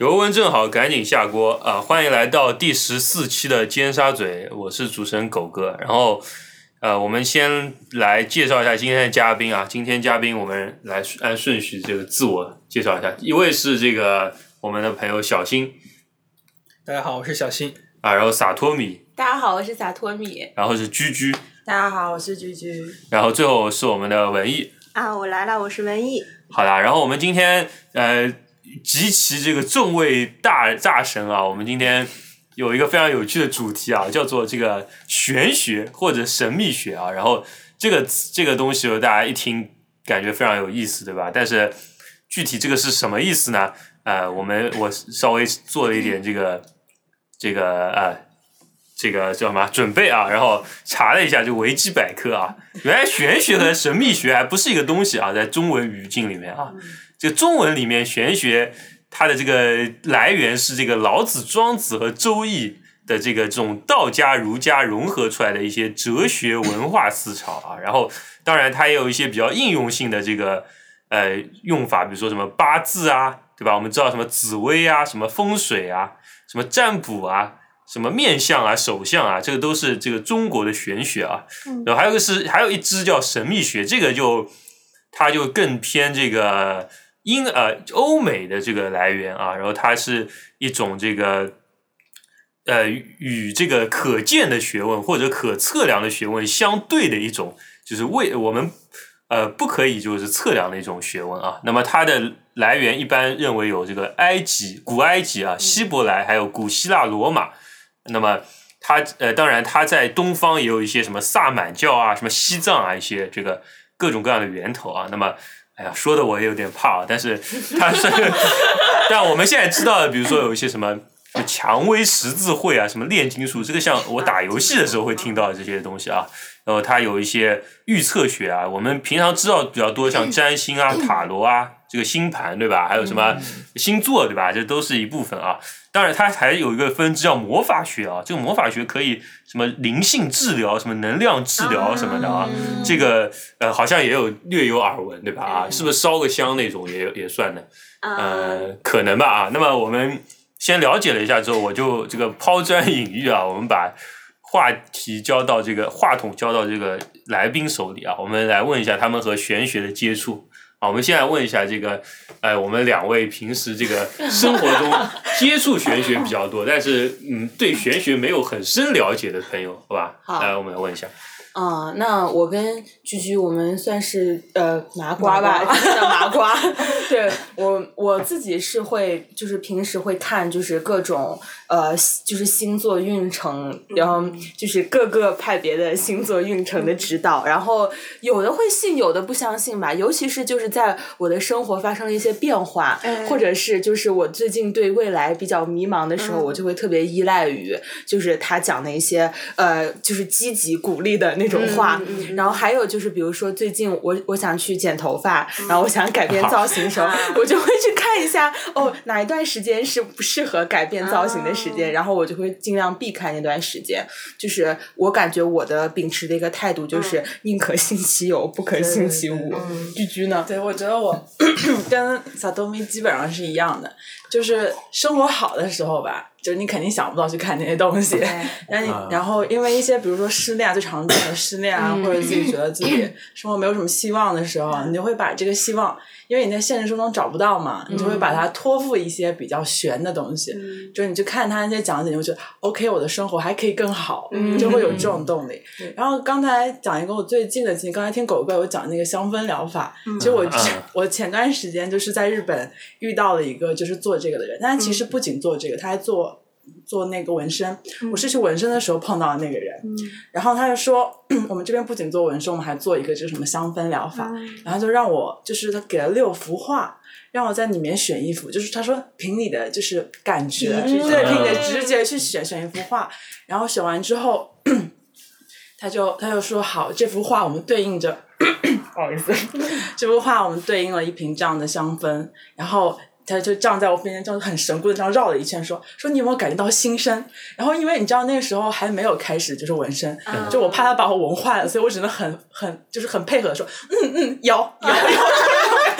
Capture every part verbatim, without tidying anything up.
油温正好，赶紧下锅啊！欢迎来到第十四期的尖沙咀，我是主持人狗哥。然后，呃，我们先来介绍一下今天的嘉宾啊。今天嘉宾我们来按顺序这个自我介绍一下。一位是这个我们的朋友小新， 大家好，我是小新啊。然后洒脱米， 大家好，我是洒脱米。 然后是居居， 大家好，我是居居。 然后最后是我们的文艺啊，我来了，我是文艺。 好啦，然后我们今天呃。集齐这个众位大大神啊，我们今天有一个非常有趣的主题啊，叫做这个玄学或者神秘学啊。然后这个这个东西大家一听感觉非常有意思，对吧？但是具体这个是什么意思呢？呃，我们我稍微做了一点这个这个呃这个叫什么准备啊，然后查了一下这个维基百科啊，原来玄学和神秘学还不是一个东西啊，在中文语境里面啊。这个中文里面玄学它的这个来源是这个老子、庄子和周易的这个这种道家、儒家融合出来的一些哲学文化思潮啊，然后当然它也有一些比较应用性的这个呃用法，比如说什么八字啊，对吧？我们知道什么紫微啊、什么风水啊、什么占卜啊、什么面相啊、手相啊，这个都是这个中国的玄学啊。然后还有一个是还有一支叫神秘学，这个就它就更偏这个。英呃欧美的这个来源啊，然后它是一种这个呃与这个可见的学问或者可测量的学问相对的一种，就是为我们呃不可以就是测量的一种学问啊。那么它的来源一般认为有这个埃及、古埃及啊、希伯来还有古希腊罗马。那么它呃当然它在东方也有一些什么萨满教啊、什么西藏啊一些这个各种各样的源头啊。那么哎呀，说的我也有点怕，但是它是，但我们现在知道的，比如说有一些什么蔷薇十字会啊，什么炼金术，这个像我打游戏的时候会听到这些东西啊。然后它有一些预测学啊，我们平常知道比较多，像占星啊、塔罗啊，这个星盘对吧？还有什么星座对吧？这都是一部分啊。当然，它还有一个分支叫魔法学啊，这个魔法学可以什么灵性治疗、什么能量治疗什么的啊，嗯、这个呃好像也有略有耳闻，对吧？啊，是不是烧个香那种也也算的？呃，可能吧啊。那么我们先了解了一下之后，我就这个抛砖引玉啊，我们把话题交到这个话筒交到这个来宾手里啊，我们来问一下他们和玄学的接触。好，我们现在问一下这个，呃，我们两位平时这个生活中接触玄学比较多，但是嗯，对玄学没有很深了解的朋友，好吧？ 好， 来，我们来问一下。 啊、呃，那我跟居居我们算是呃麻瓜吧，真的麻瓜。对我我自己是会，就是平时会看，就是各种呃，就是星座运程，然后就是各个派别的星座运程的指导，然后有的会信，有的不相信吧。尤其是就是在我的生活发生了一些变化，嗯、或者是就是我最近对未来比较迷茫的时候，嗯、我就会特别依赖于就是他讲的一些呃，就是积极鼓励的那种话。嗯嗯嗯、然后还有就是比如说最近我我想去剪头发，嗯、然后我想改变造型的时候，我就会去看一下哦哪一段时间是不适合改变造型的时间，啊、然后我就会尽量避开那段时间。就是我感觉我的秉持的一个态度就是、嗯、宁可信其有不可信其无。居居呢？ 对，我觉得我跟萨多米基本上是一样的，就是生活好的时候吧，就是你肯定想不到去看那些东西，然后你、啊、然后因为一些比如说失恋，最常见的失恋啊，嗯、或者自己觉得自己生活没有什么希望的时候，嗯、你就会把这个希望，因为你在现实生活中找不到嘛，嗯、你就会把它托付一些比较玄的东西，嗯、就是你去看他那些讲解，你会觉得 OK， 我的生活还可以更好，嗯、就会有这种动力。嗯、然后刚才讲一个我最近的经历，刚才听狗哥有讲那个香氛疗法，嗯、其实我、嗯、我前段时间就是在日本遇到了一个就是做这个的人，但他其实不仅做这个，他还做。做那个纹身，嗯、我是去纹身的时候碰到的那个人，嗯、然后他就说我们这边不仅做纹身，我们还做一个就是什么香氛疗法，嗯、然后就让我就是他给了六幅画，让我在里面选一幅，就是他说凭你的就是感觉，对，凭你的直觉去选选一幅画，然后选完之后他就他就说好，这幅画我们对应着不好意思这幅画我们对应了一瓶这样的香氛，然后他就站在我面前，这样很神棍的这样绕了一圈，说说你有没有感觉到新生？然后因为你知道那个时候还没有开始就是纹身，嗯、就我怕他把我纹坏了，所以我只能很很就是很配合的说，嗯嗯，有有有。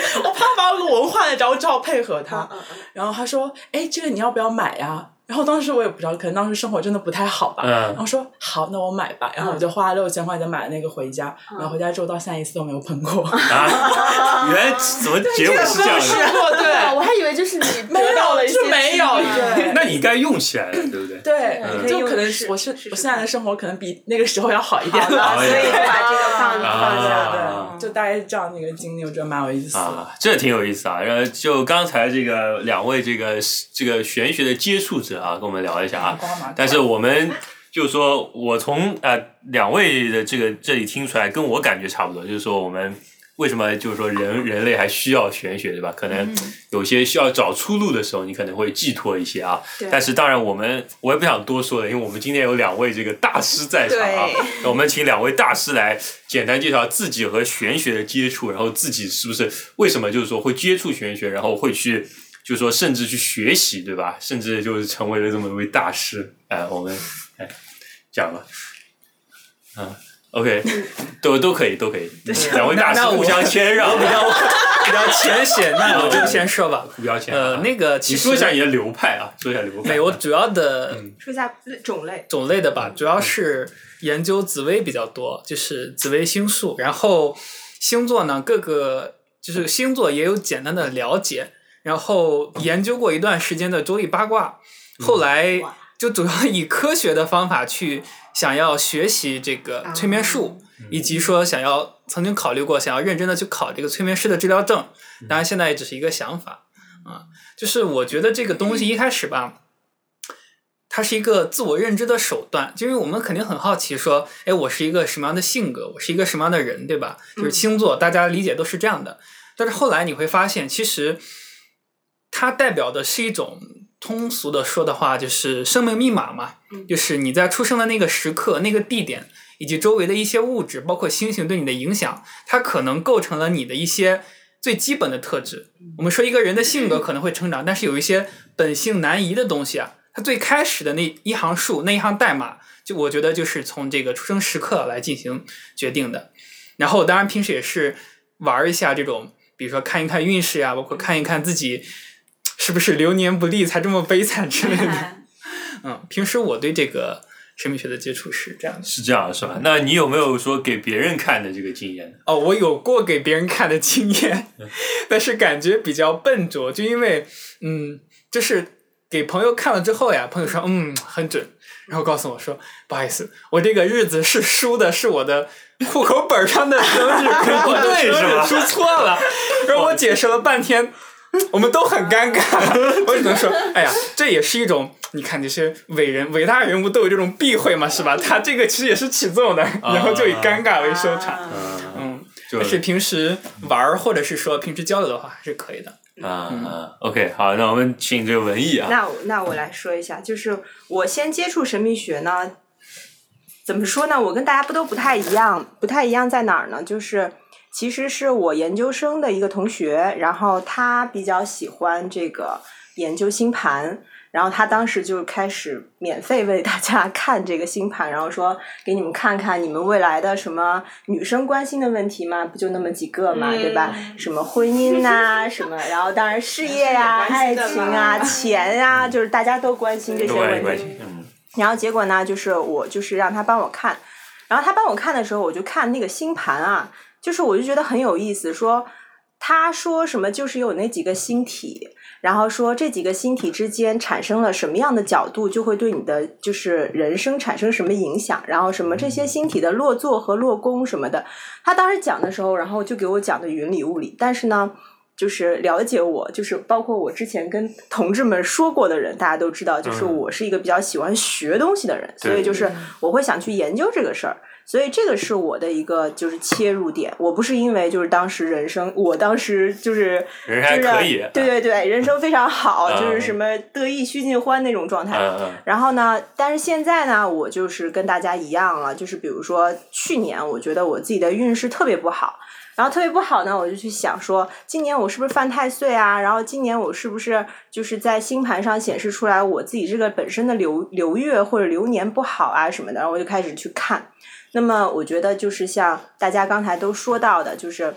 我怕把我画的招照配合他。然后他说：“哎，这个你要不要买呀？”然后当时我也不知道，可能当时生活真的不太好吧。 嗯、 然后说好，那我买吧。然后我就花了六千块钱买了那个回家。嗯、然后回家之后到现在一次都没有喷过。 啊！原来怎么结尾是这样的？ 对，我还以为就是你得到了一些就没有。对， 那你该用起来了，对不对？ 对， 嗯、 就可能我是我现在的生活可能比那个时候要好一点了，所以把这个放放下。 对，就大概是这样的一个经历，我觉得蛮有意思的。 啊，这挺有意思啊！然后就刚才这个两位这个这个玄学的接触者啊，跟我们聊一下啊。但是我们就是说我从呃两位的这个这里听出来，跟我感觉差不多，就是说我们为什么就是说人人类还需要玄学，对吧？可能有些需要找出路的时候，你可能会寄托一些啊。但是当然我们我也不想多说了，因为我们今天有两位这个大师在场啊，我们请两位大师来简单介绍自己和玄学的接触，然后自己是不是为什么就是说会接触玄学，然后会去。就是说，甚至去学习，对吧？甚至就是成为了这么一位大师。哎、呃，我们哎讲吧，啊 ，OK， 都都可以，都可以。两位大师互相谦让， 比较比较浅显，那我就先说吧。 比较浅。 呃，那个其实你说一下你的流派啊，说一下流派。 没，我主要的说一下种类。 种类的吧，主要是研究紫微比较多，就是紫微星术，然后星座呢，各个就是星座也有简单的了解。然后研究过一段时间的周易八卦，后来就主要以科学的方法去想要学习这个催眠术，以及说想要曾经考虑过想要认真的去考这个催眠师的治疗证，当然现在也只是一个想法啊。就是我觉得这个东西一开始吧，它是一个自我认知的手段，就因为我们肯定很好奇说，哎，我是一个什么样的性格，我是一个什么样的人，对吧？就是星座大家理解都是这样的，但是后来你会发现其实它代表的是一种通俗的说的话，就是生命密码嘛，就是你在出生的那个时刻、那个地点，以及周围的一些物质，包括星星对你的影响，它可能构成了你的一些最基本的特质。我们说一个人的性格可能会成长，但是有一些本性难移的东西啊，它最开始的那一行数、那一行代码，就我觉得就是从这个出生时刻来进行决定的。然后当然平时也是玩一下这种，比如说看一看运势呀，包括看一看自己是不是流年不利才这么悲惨之类的。嗯，平时我对这个神秘学的接触是这样的。 是这样是吧？那你有没有说给别人看的这个经验？ 哦，我有过给别人看的经验，但是感觉比较笨拙，就因为嗯，就是给朋友看了之后呀，朋友说嗯很准，然后告诉我说不好意思，我这个日子是输的是我的户口本上的生日跟我的生日输错了，然后我解释了半天。我们都很尴尬，我只能说，哎呀，这也是一种，你看这些伟人、伟大人物都有这种避讳嘛，是吧？他这个其实也是起作用的，然后就以尴尬为收场。嗯，但是平时玩或者是说平时交流的话，还是可以的。 啊、嗯嗯、OK， 好，那我们请这个文艺啊。 那那我来说一下，就是我先接触神秘学呢，怎么说呢？我跟大家不都不太一样，不太一样在哪儿呢？就是。其实是我研究生的一个同学，然后他比较喜欢这个研究星盘，然后他当时就开始免费为大家看这个星盘，然后说给你们看看你们未来的什么女生关心的问题嘛，不就那么几个嘛，对吧？什么婚姻呐、啊，什么，然后当然事业呀、啊、爱情啊、钱呀、啊，就是大家都关心这些问题。然后结果呢，就是我就是让他帮我看，然后他帮我看的时候，我就看那个星盘啊。就是我就觉得很有意思，说他说什么就是有那几个星体，然后说这几个星体之间产生了什么样的角度，就会对你的就是人生产生什么影响，然后什么这些星体的落座和落宫什么的。他当时讲的时候，然后就给我讲的云里雾里，但是呢就是了解我，就是包括我之前跟同志们说过的人，大家都知道，就是我是一个比较喜欢学东西的人，嗯、所以就是我会想去研究这个事儿。所以这个是我的一个就是切入点，我不是因为就是当时人生，我当时就是人还可以， 对对对，人生非常好，嗯、就是什么得意须尽欢那种状态。 嗯嗯、 然后呢，但是现在呢，我就是跟大家一样了，就是比如说去年，我觉得我自己的运势特别不好。然后特别不好呢，我就去想说，今年我是不是犯太岁啊？然后今年我是不是就是在星盘上显示出来我自己这个本身的流流月或者流年不好啊什么的，然后我就开始去看。那么我觉得就是像大家刚才都说到的，就是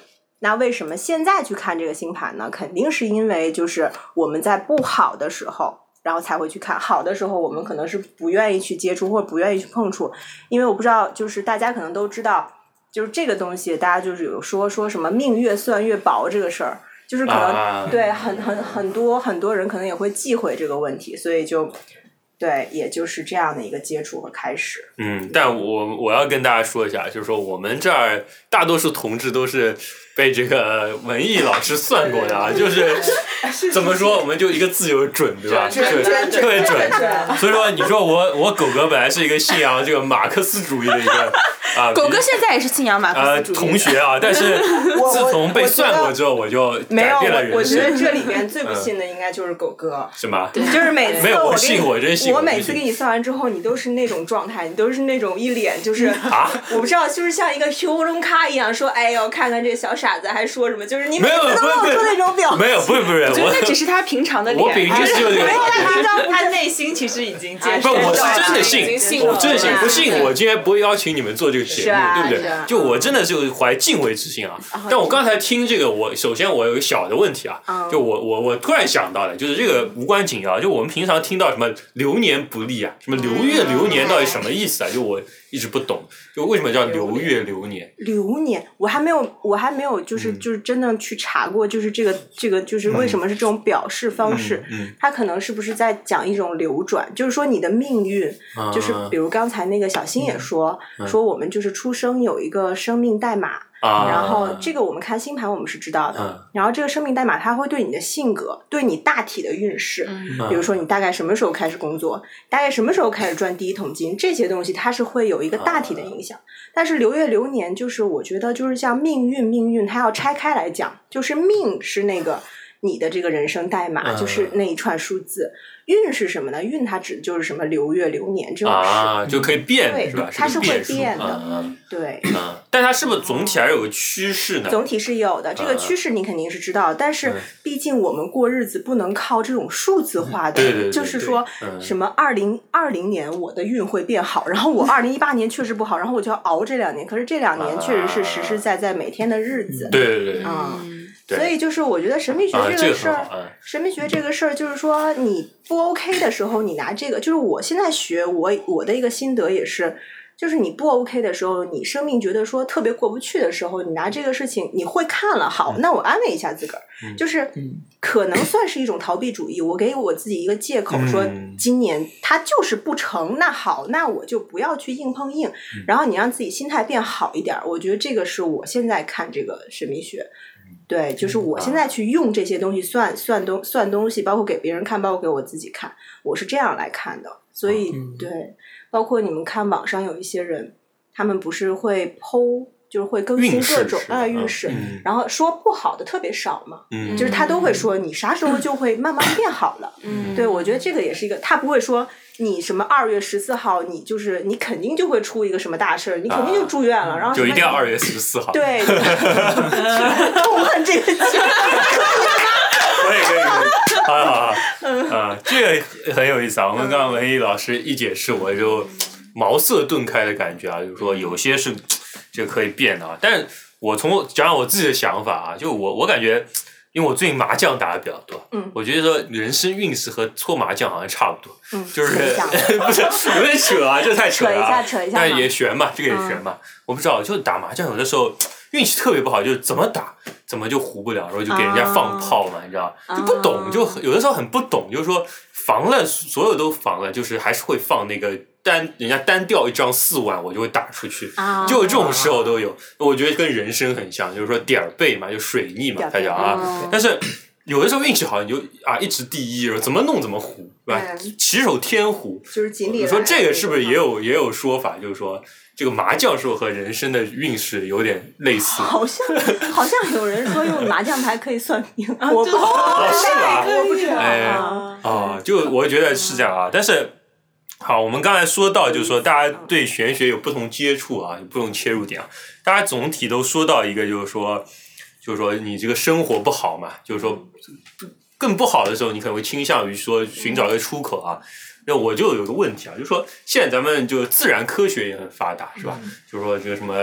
那为什么现在去看这个星盘呢？肯定是因为就是我们在不好的时候，然后才会去看，好的时候我们可能是不愿意去接触或者不愿意去碰触，因为我不知道，就是大家可能都知道，就是这个东西大家就是有说说什么命越算越薄这个事儿，就是可能、啊、对很很很多很多人可能也会忌讳这个问题，所以就对，也就是这样的一个接触和开始。 嗯，但我我要跟大家说一下，就是说我们这儿大多数同志都是被这个文艺老师算过的啊，就是怎么说，我们就一个字就是准，对吧？ 准， 特别准。所以说，你说我我狗哥本来是一个信仰这个马克思主义的一个啊， 狗哥现在也是信仰马克思主义、 呃、同学啊，但是自从被算过之后，我就改变了人生。 我觉得这里面最不信的应该就是狗哥， 是吗？ 就是每次没有我信我真信， 我每次给你算完之后，你都是那种状态，你都是那种一脸就是啊， 我不知道，就是像一个修容咖一样，说哎呦，看看这小傻子，还说什么，就是你每次都露出那种表情。 没有，不是不是， 我觉得那只是他平常的脸， 我平时就这个， 他内心其实已经接受。不，我是真的信， 我真的信，不信我今天不会邀请你们做这个节目，对不对？就我真的是怀敬畏之心啊。但我刚才听这个，我首先我有个小的问题啊，就我我我突然想到的，就是这个无关紧要，就我们平常听到什么流年不利啊，什么流月流年到底什么意思啊？就我一直不懂，就为什么叫流月流年？ 流年，我还没有，我还没有，就是、嗯、就是真正去查过，就是这个这个就是为什么是这种表示方式？ 嗯嗯、 它可能是不是在讲一种流转？就是说你的命运， 嗯、 就是比如刚才那个小新也说、嗯、说我们就是出生有一个生命代码。 啊、 然后这个我们看星盘我们是知道的、 嗯、 然后这个生命代码它会对你的性格对你大体的运势、嗯、比如说你大概什么时候开始工作、嗯、大概什么时候开始赚第一桶金，这些东西它是会有一个大体的影响、嗯、但是流月流年就是我觉得就是像命运命运它要拆开来讲，就是命是那个你的这个人生代码、嗯、就是那一串数字，运是什么呢？运它指的就是什么流月流年这种事啊，就可以变， 对， 是吧？ 它是会变的， 嗯、 对。 嗯，但它是不是总体还是有个趋势呢？ 总体是有的，这个趋势你肯定是知道，嗯、但是毕竟我们过日子不能靠这种数字化的， 对对对对就是说、嗯、什么二零二零年我的运会变好，然后我二零一八年确实不好，然后我就要熬这两年，可是这两年确实是实实在在每天的日子， 对对对， 嗯。所以就是我觉得神秘学这个事儿、 啊这个嗯、 神秘学这个事儿就是说你不 OK 的时候你拿这个，就是我现在学我我的一个心得也是，就是你不 OK 的时候，你生命觉得说特别过不去的时候，你拿这个事情你会看了，好、嗯、那我安慰一下自个儿、嗯、就是可能算是一种逃避主义，我给我自己一个借口、嗯、说今年它就是不成，那好那我就不要去硬碰硬、嗯、然后你让自己心态变好一点，我觉得这个是我现在看这个神秘学，对，就是我现在去用这些东西算算东算东西，包括给别人看，包括给我自己看，我是这样来看的。所以、嗯、对，包括你们看网上有一些人，他们不是会 po， 就是会更新各种啊运势、嗯，然后说不好的特别少嘛，嗯，就是他都会说你啥时候就会慢慢变好了。嗯，对，我觉得这个也是一个，他不会说你什么二月十四号你就是你肯定就会出一个什么大事，你肯定就住院了，啊、然后就一定要二月十四号。 对，痛恨这个节日。 可以可以可以，好好好，啊，这个很有意思啊。我们刚刚文艺老师一解释，我就茅塞顿开的感觉啊，就是说有些是这个可以变的啊。但是我从讲讲我自己的想法啊，就我我感觉，因为我最近麻将打的比较多，嗯，我觉得说人生运势和搓麻将好像差不多， 嗯， 就是不是有点扯啊，这太扯了、啊， 扯一下扯一下， 但也悬嘛，这个也悬嘛、嗯，我不知道，就打麻将有的时候运气特别不好，就是怎么打。怎么就胡不了，然后就给人家放炮嘛，啊、你知道，就不懂，就有的时候很不懂，就是说防了，所有都防了，就是还是会放那个单，人家单掉一张四万，我就会打出去，啊、就这种时候都有。我觉得跟人生很像，就是说点儿背嘛，就水逆嘛，他讲啊、嗯。但是有的时候运气好，你就啊一直第一，怎么弄怎么胡，对吧？棋手天胡， 就是锦鲤。 你说这个是不是也有也有说法，就是说？这个麻将是和人生的运势有点类似， 好像好像有人说用麻将牌可以算命， 啊、 我不知道、 哦、是吧？ 我不知道哎啊、哦，就我觉得是这样啊。但是好，我们刚才说到，就是说大家对玄学有不同接触啊，有不同切入点啊。大家总体都说到一个，就是说，就是说你这个生活不好嘛，就是说更不好的时候，你可能会倾向于说寻找一个出口啊。那我就有个问题啊，就是说现在咱们就自然科学也很发达，是吧？嗯、就是说这个什么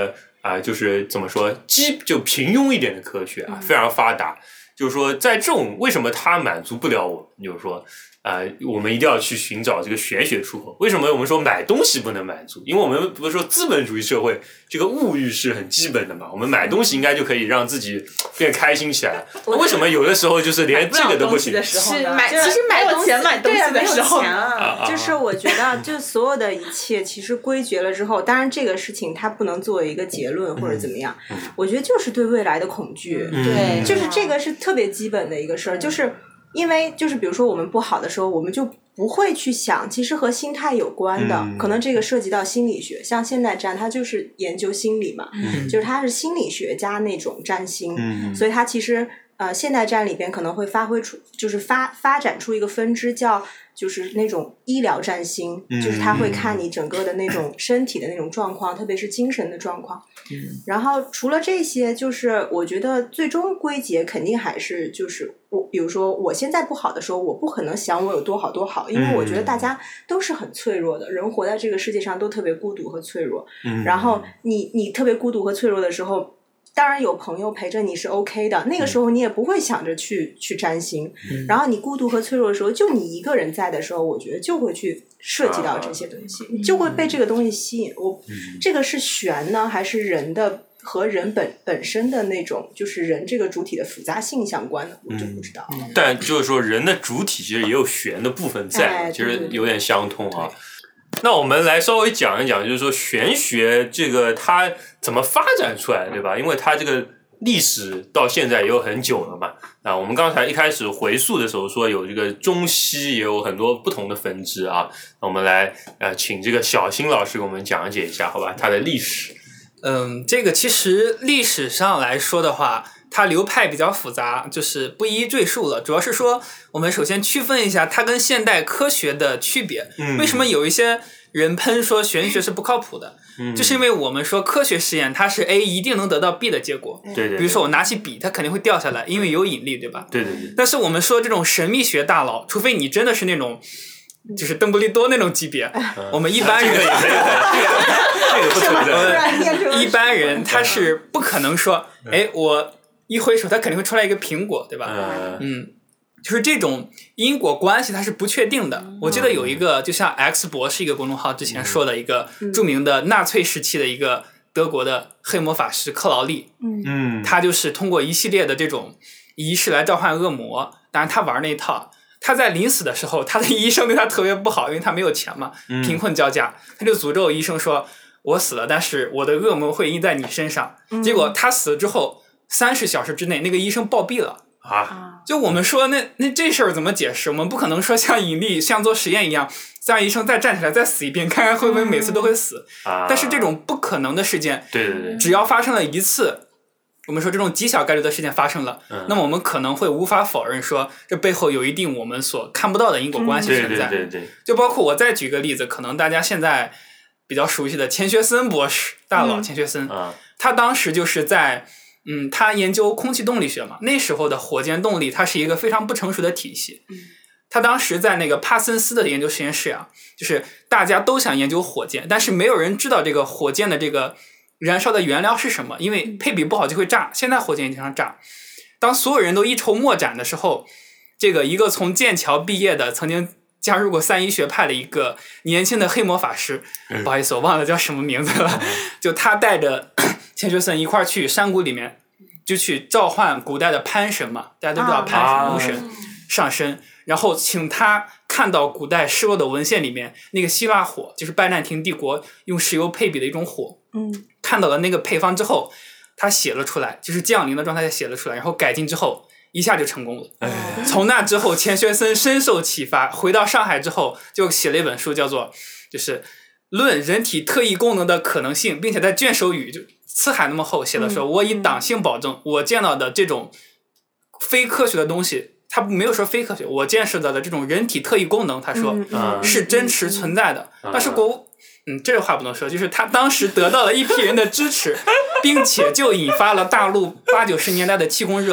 啊、呃，就是怎么说，基就平庸一点的科学啊，非常发达。就是说，在这种为什么它满足不了我们？就是说，呃，我们一定要去寻找这个玄学出口。为什么我们说买东西不能满足？因为我们不是说资本主义社会这个物欲是很基本的嘛，我们买东西应该就可以让自己变开心起来。那为什么有的时候就是连这个都不行？ 是买， 其实买有钱买东西的时候， 啊，就是我觉得，就所有的一切，其实归结了之后，当然这个事情它不能作为一个结论或者怎么样， 嗯、 我觉得就是对未来的恐惧， 嗯、 对，就是这个是特别基本的一个事儿，就是因为就是比如说我们不好的时候，我们就不会去想，其实和心态有关的， 嗯、 可能这个涉及到心理学，像现代占它就是研究心理嘛， 嗯、 就是它是心理学加那种占星， 嗯、 所以它其实。呃，现代占里边可能会发挥出，就是发发展出一个分支，叫就是那种医疗占星， 嗯、 就是它会看你整个的那种身体的那种状况，特别是精神的状况。 嗯、 然后除了这些，就是我觉得最终归结肯定还是就是我，比如说我现在不好的时候，我不可能想我有多好多好，因为我觉得大家都是很脆弱的，人活在这个世界上都特别孤独和脆弱。 嗯、 然后你你特别孤独和脆弱的时候。当然有朋友陪着你是 OK 的，那个时候你也不会想着去去占星、嗯、然后你孤独和脆弱的时候，就你一个人在的时候，我觉得就会去涉及到这些东西、啊、就会被这个东西吸引。我、嗯、这个是玄呢还是人的和人本本身的那种就是人这个主体的复杂性相关的，我就不知道、 嗯、但就是说人的主体其实也有玄的部分在、哎、其实有点相通啊。那我们来稍微讲一讲，就是说玄学这个它怎么发展出来，对吧？因为它这个历史到现在也有很久了嘛。那我们刚才一开始回溯的时候说有这个中西也有很多不同的分支啊。那我们来呃请这个小新老师给我们讲解一下，好吧？它的历史。 嗯，这个其实历史上来说的话，它流派比较复杂，就是不一一赘述了。主要是说，我们首先区分一下它跟现代科学的区别。 嗯、 为什么有一些人喷说玄学是不靠谱的？ 嗯、 就是因为我们说科学实验它是 A 一定能得到 B 的结果。 对对。 比如说我拿起笔，它肯定会掉下来，因为有引力，对吧？ 对对对。 但是我们说这种神秘学大佬，除非你真的是那种。就是邓布利多那种级别， 嗯、 我们一般人， 这个也没有这个不存在。一般人他是不可能说，哎，我一挥手，他肯定会出来一个苹果，对吧？ 嗯， 嗯，就是这种因果关系它是不确定的。我记得有一个，就像 X 博士一个公众号之前说的一个著名的纳粹时期的一个德国的黑魔法师克劳利， 嗯， 他就是通过一系列的这种仪式来召唤恶魔，当然他玩那一套。他在临死的时候，他的医生对他特别不好，因为他没有钱嘛，贫困交加，他就诅咒医生说：“我死了，但是我的恶魔会印在你身上。”结果他死了之后，三十小时之内，那个医生暴毙了啊！ 就我们说，那那这事儿怎么解释？我们不可能说像引力，像做实验一样，再让医生再站起来再死一遍，看看会不会每次都会死。 啊、 但是这种不可能的事件， 对对对， 只要发生了一次。我们说这种极小概率的事件发生了、 嗯、 那么我们可能会无法否认说这背后有一定我们所看不到的因果关系存在、 嗯、对对对对， 就包括我再举个例子，可能大家现在比较熟悉的钱学森博士，大佬钱学森、 嗯、 他当时就是在嗯，他研究空气动力学嘛，那时候的火箭动力它是一个非常不成熟的体系、 嗯、 他当时在那个帕森斯的研究实验室啊，就是大家都想研究火箭，但是没有人知道这个火箭的这个燃烧的原料是什么，因为配比不好就会炸，现在火箭也经常炸。当所有人都一筹莫展的时候，这个一个从剑桥毕业的曾经加入过三一学派的一个年轻的黑魔法师、嗯、不好意思我忘了叫什么名字了、嗯、就他带着钱学森一块去山谷里面，就去召唤古代的潘神嘛，大家都知道潘神、巫神、啊、上身，然后请他看到古代失落的文献里面那个希腊火，就是拜占庭帝国用石油配比的一种火， 嗯， 看到了那个配方之后，他写了出来，就是降临的状态下写了出来，然后改进之后一下就成功了。 哎、 从那之后钱学森深受启发，回到上海之后就写了一本书，叫做就是论人体特异功能的可能性，并且在卷首语就四海那么厚写了说、嗯、我以党性保证我见到的这种非科学的东西，他没有说非科学，我见识到的这种人体特异功能，他说、 嗯、 是真实存在的、 嗯、 但是国务嗯，这话不能说，就是他当时得到了一批人的支持，并且就引发了大陆八九十年代的气功热，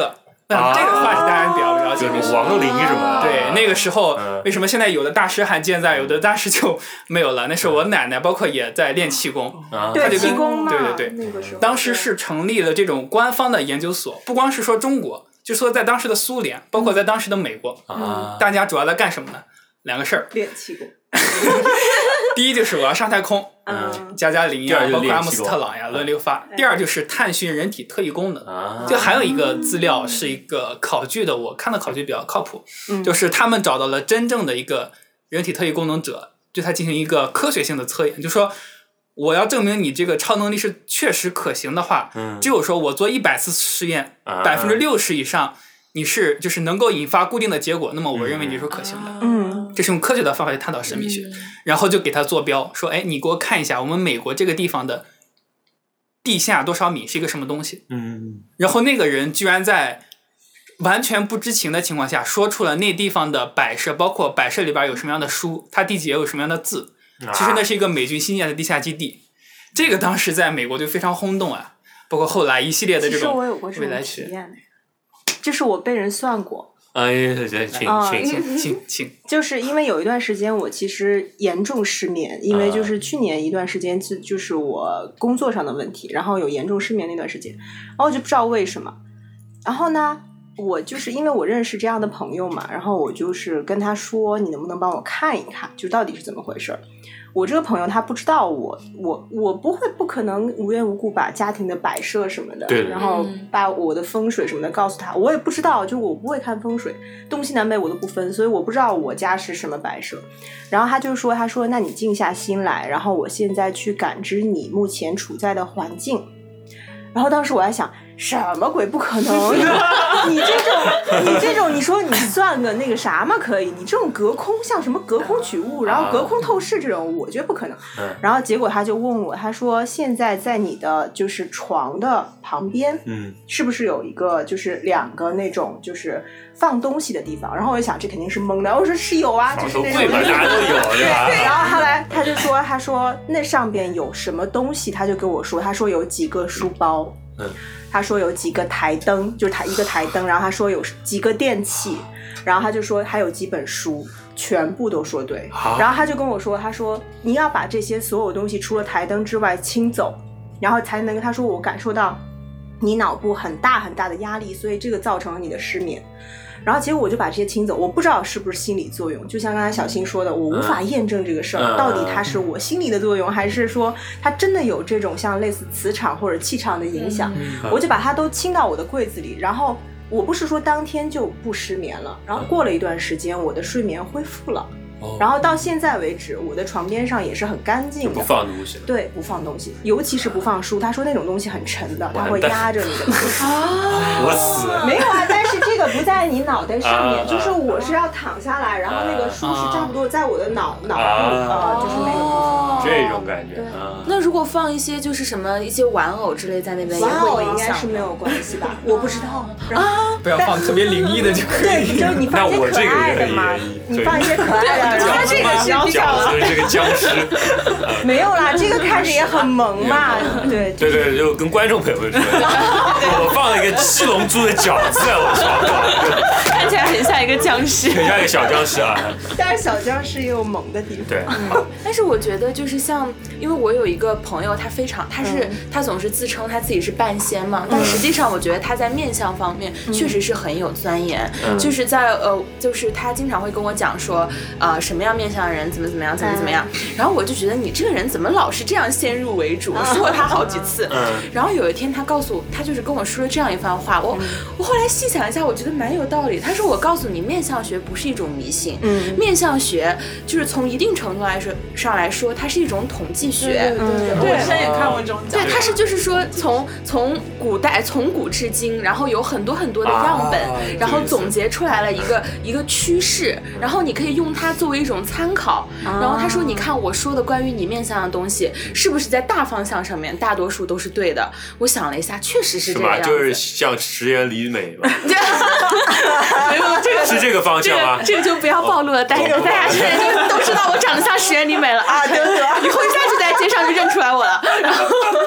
啊、这个话题大家比较了解， 就是亡灵什么的。 对，那个时候、 嗯、 为什么现在有的大师还健在，有的大师就没有了？那是我奶奶，包括也在练气功， 啊、 对气功嘛， 对对对， 那个时候当时是成立了这种官方的研究所，不光是说中国，就说在当时的苏联，包括在当时的美国， 啊、 大家主要在干什么呢？两个事儿， 练气功。 第一就是我要上太空， 嗯， 加加林呀，包括阿姆斯特朗呀， 嗯、 轮流发。第二就是探寻人体特异功能。 啊， 就还有一个资料是一个考据的，我看的考据比较靠谱， 嗯、 就是他们找到了真正的一个人体特异功能者，对他进行一个科学性的测验，就说我要证明你这个超能力是确实可行的话， 嗯， 只有说我做一百次实验，百分之六十以上你是就是能够引发固定的结果，那么我认为你是可行的。 嗯， 这是用科学的方法去探讨神秘学， 嗯、 然后就给他坐标，说，哎，你给我看一下我们美国这个地方的地下多少米是一个什么东西。 嗯， 然后那个人居然在完全不知情的情况下说出了那地方的摆设，包括摆设里边有什么样的书，它地址有什么样的字。其实那是一个美军新建的地下基地，这个当时在美国就非常轰动啊，包括后来一系列的这种未来学。 其实我有过这种体验，就是我被人算过。 哎，请请请请请， 就是因为有一段时间我其实严重失眠，因为就是去年一段时间就就是我工作上的问题，然后有严重失眠那段时间，然后我就不知道为什么，然后呢，我就是因为我认识这样的朋友嘛，然后我就是跟他说，你能不能帮我看一看，就到底是怎么回事。我这个朋友他不知道我我我不会不可能无缘无故把家庭的摆设什么的， 对对， 然后把我的风水什么的告诉他，我也不知道，就我不会看风水，东西南北我都不分，所以我不知道我家是什么摆设。然后他就说，他说那你静下心来，然后我现在去感知你目前处在的环境。然后当时我在想，什么鬼，不可能你这种你这种你说你算个那个啥嘛可以，你这种隔空像什么隔空取物，然后隔空透视这种我觉得不可能。然后结果他就问我，他说现在在你的就是床的旁边， 嗯， 是不是有一个就是两个那种就是放东西的地方？然后我就想这肯定是蒙的，我说是有啊，就是那种大家都有对吧？ 对，然后后来他就说，他说那上边有什么东西，他就跟我说，他说有几个书包， 嗯， 他说有几个台灯，就是台一个台灯，然后他说有几个电器，然后他就说还有几本书，全部都说对。然后他就跟我说，他说你要把这些所有东西除了台灯之外清走，然后才能，他说我感受到你脑部很大很大的压力，所以这个造成了你的失眠。然后结果我就把这些清走，我不知道是不是心理作用，就像刚才小新说的，我无法验证这个事儿、嗯、到底它是我心理的作用，还是说它真的有这种像类似磁场或者气场的影响、嗯、我就把它都清到我的柜子里，然后我不是说当天就不失眠了，然后过了一段时间我的睡眠恢复了、哦、然后到现在为止我的床边上也是很干净的， 不放东西， 对，不放东西，尤其是不放书，他说那种东西很沉的，它会压着你的啊，我死了， 没有啊，但是这个不在你脑袋上面、啊、就是我是要躺下来、啊、然后那个书是差不多在我的脑、啊、脑部、啊呃、就是那个部分， 这种感觉、啊、 那如果放一些就是什么一些玩偶之类在那边， 玩偶应该是没有关系吧，我不知道啊，不要放特别灵异的就可以， 对，就是你放一些可爱的嘛，你放一些可爱的，然后这个是比较这个僵尸没有啦，这个看着也很萌嘛，对对对，就跟观众朋友们说，我放了一个七龙珠的饺子在我床上， 看起来很像一个僵尸， 很像一个小僵尸啊。 但是小僵尸也有萌的地方。 对， 嗯、但是我觉得就是像，因为我有一个朋友，他非常，他是、嗯、他总是自称他自己是半仙嘛，但实际上我觉得他在面相方面确实是很有钻研，嗯、就是在呃，就是他经常会跟我讲说，呃，什么样面相的人怎么怎么样，怎么怎么样，嗯、然后我就觉得你这个人怎么老是这样先入为主，说了他好几次，嗯、然后有一天他告诉我，他就是跟我说了这样一番话，我、嗯、我后来细想一下，我觉得蛮有道理。他说我告诉你，面相学不是一种迷信，嗯，面相学就是从一定程度来说上来说，它是一种统计学， 对对对，对我之前也看过这种讲， 对，它是就是说从从古代从古至今，然后有很多很多的样本，啊、然后总结出来了一个一个趋势，然后你可以用它作为一种参考。啊、然后他说，你看我说的关于你面相的东西，是不是在大方向上面大多数都是对的？我想了一下，确实是这样子， 就是像石原里美吧。 没有这个是这个方向吗？ 这个、这个就不要暴露了，大家、哦、大家现在就都知道我长得像石原里美了啊！对对，以后一下就在街上就认出来我了。然后，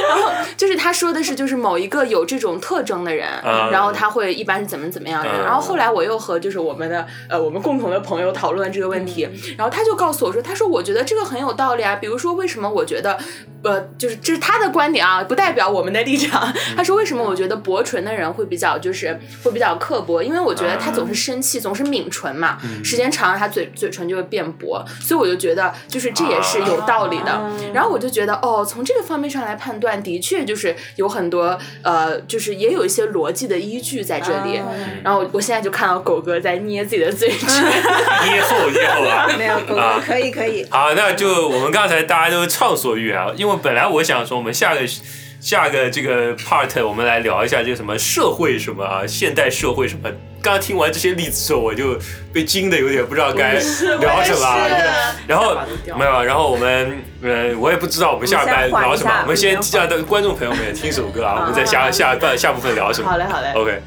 然后就是他说的是就是某一个有这种特征的人， 嗯、 然后他会一般是怎么怎么样的人、嗯。然后后来我又和就是我们的呃我们共同的朋友讨论这个问题、嗯，然后他就告诉我说，他说我觉得这个很有道理啊，比如说为什么我觉得呃就是这是他的观点啊，不代表我们的立场。他说为什么我觉得薄唇的人会比较就是会比较刻薄，因为我觉得他总是生气，总是抿唇嘛，时间长了他嘴嘴唇就会变薄，所以我就觉得就是这也是有道理的。啊、然后我就觉得哦，从这个方面上来判断，的确就是有很多呃，就是也有一些逻辑的依据在这里。啊、然后我现在就看到狗哥在捏自己的嘴唇， 捏后捏后啊， 没有狗哥、啊、可以可以。 好，那就我们刚才大家都畅所欲言啊，因为本来我想说我们下个。下个这个 part 我们来聊一下这个什么社会什么啊，现代社会什么。刚刚听完这些例子之后，我就被惊的有点不知道该聊什么。然后没有，然后我们呃，我也不知道我们下班聊什么。我们先让观众朋友们也听首歌啊，我们再下下半下部分聊什么。 好嘞，好嘞。 OK。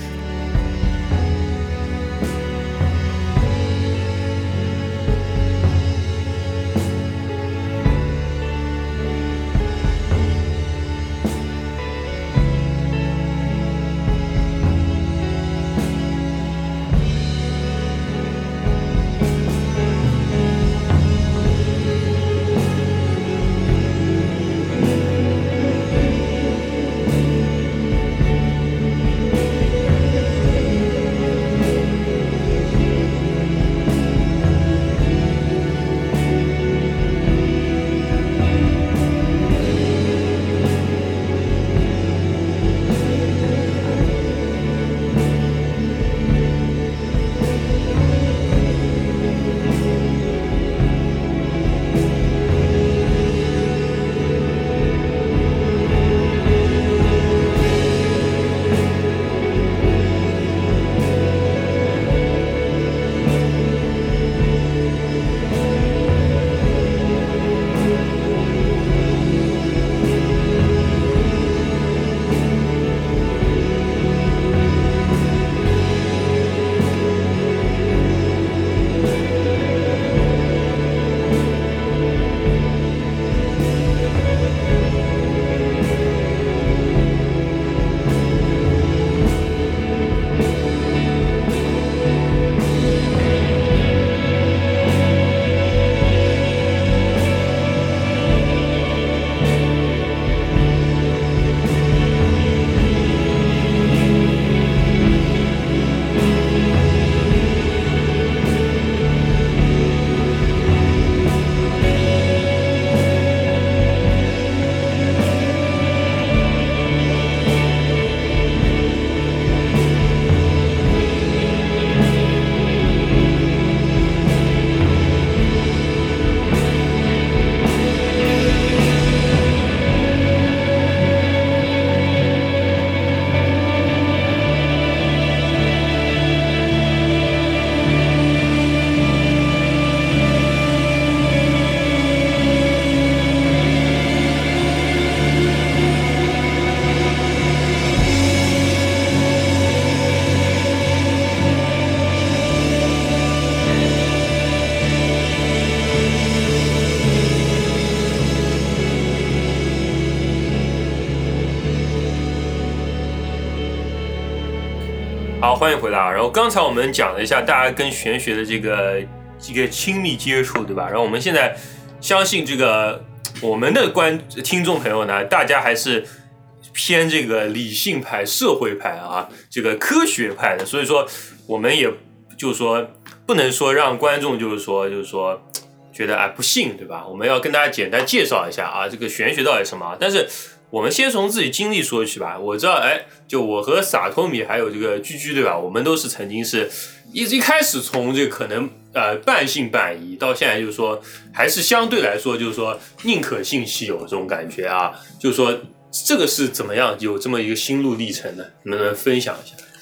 好，欢迎回来啊！然后刚才我们讲了一下大家跟玄学的这个这个亲密接触，对吧？然后我们现在相信这个我们的观听众朋友呢，大家还是偏这个理性派、社会派啊，这个科学派的，所以说我们也就是说不能说让观众就是说就是说觉得哎不信，对吧？我们要跟大家简单介绍一下啊，这个玄学到底是什么？但是我们先从自己经历说起吧。我知道，哎，就我和萨托米还有这个居居，对吧？我们都是曾经是一一开始从这个可能呃半信半疑，到现在就是说还是相对来说就是说宁可信其有这种感觉啊。就是说这个是怎么样有这么一个心路历程呢？能不能分享一下？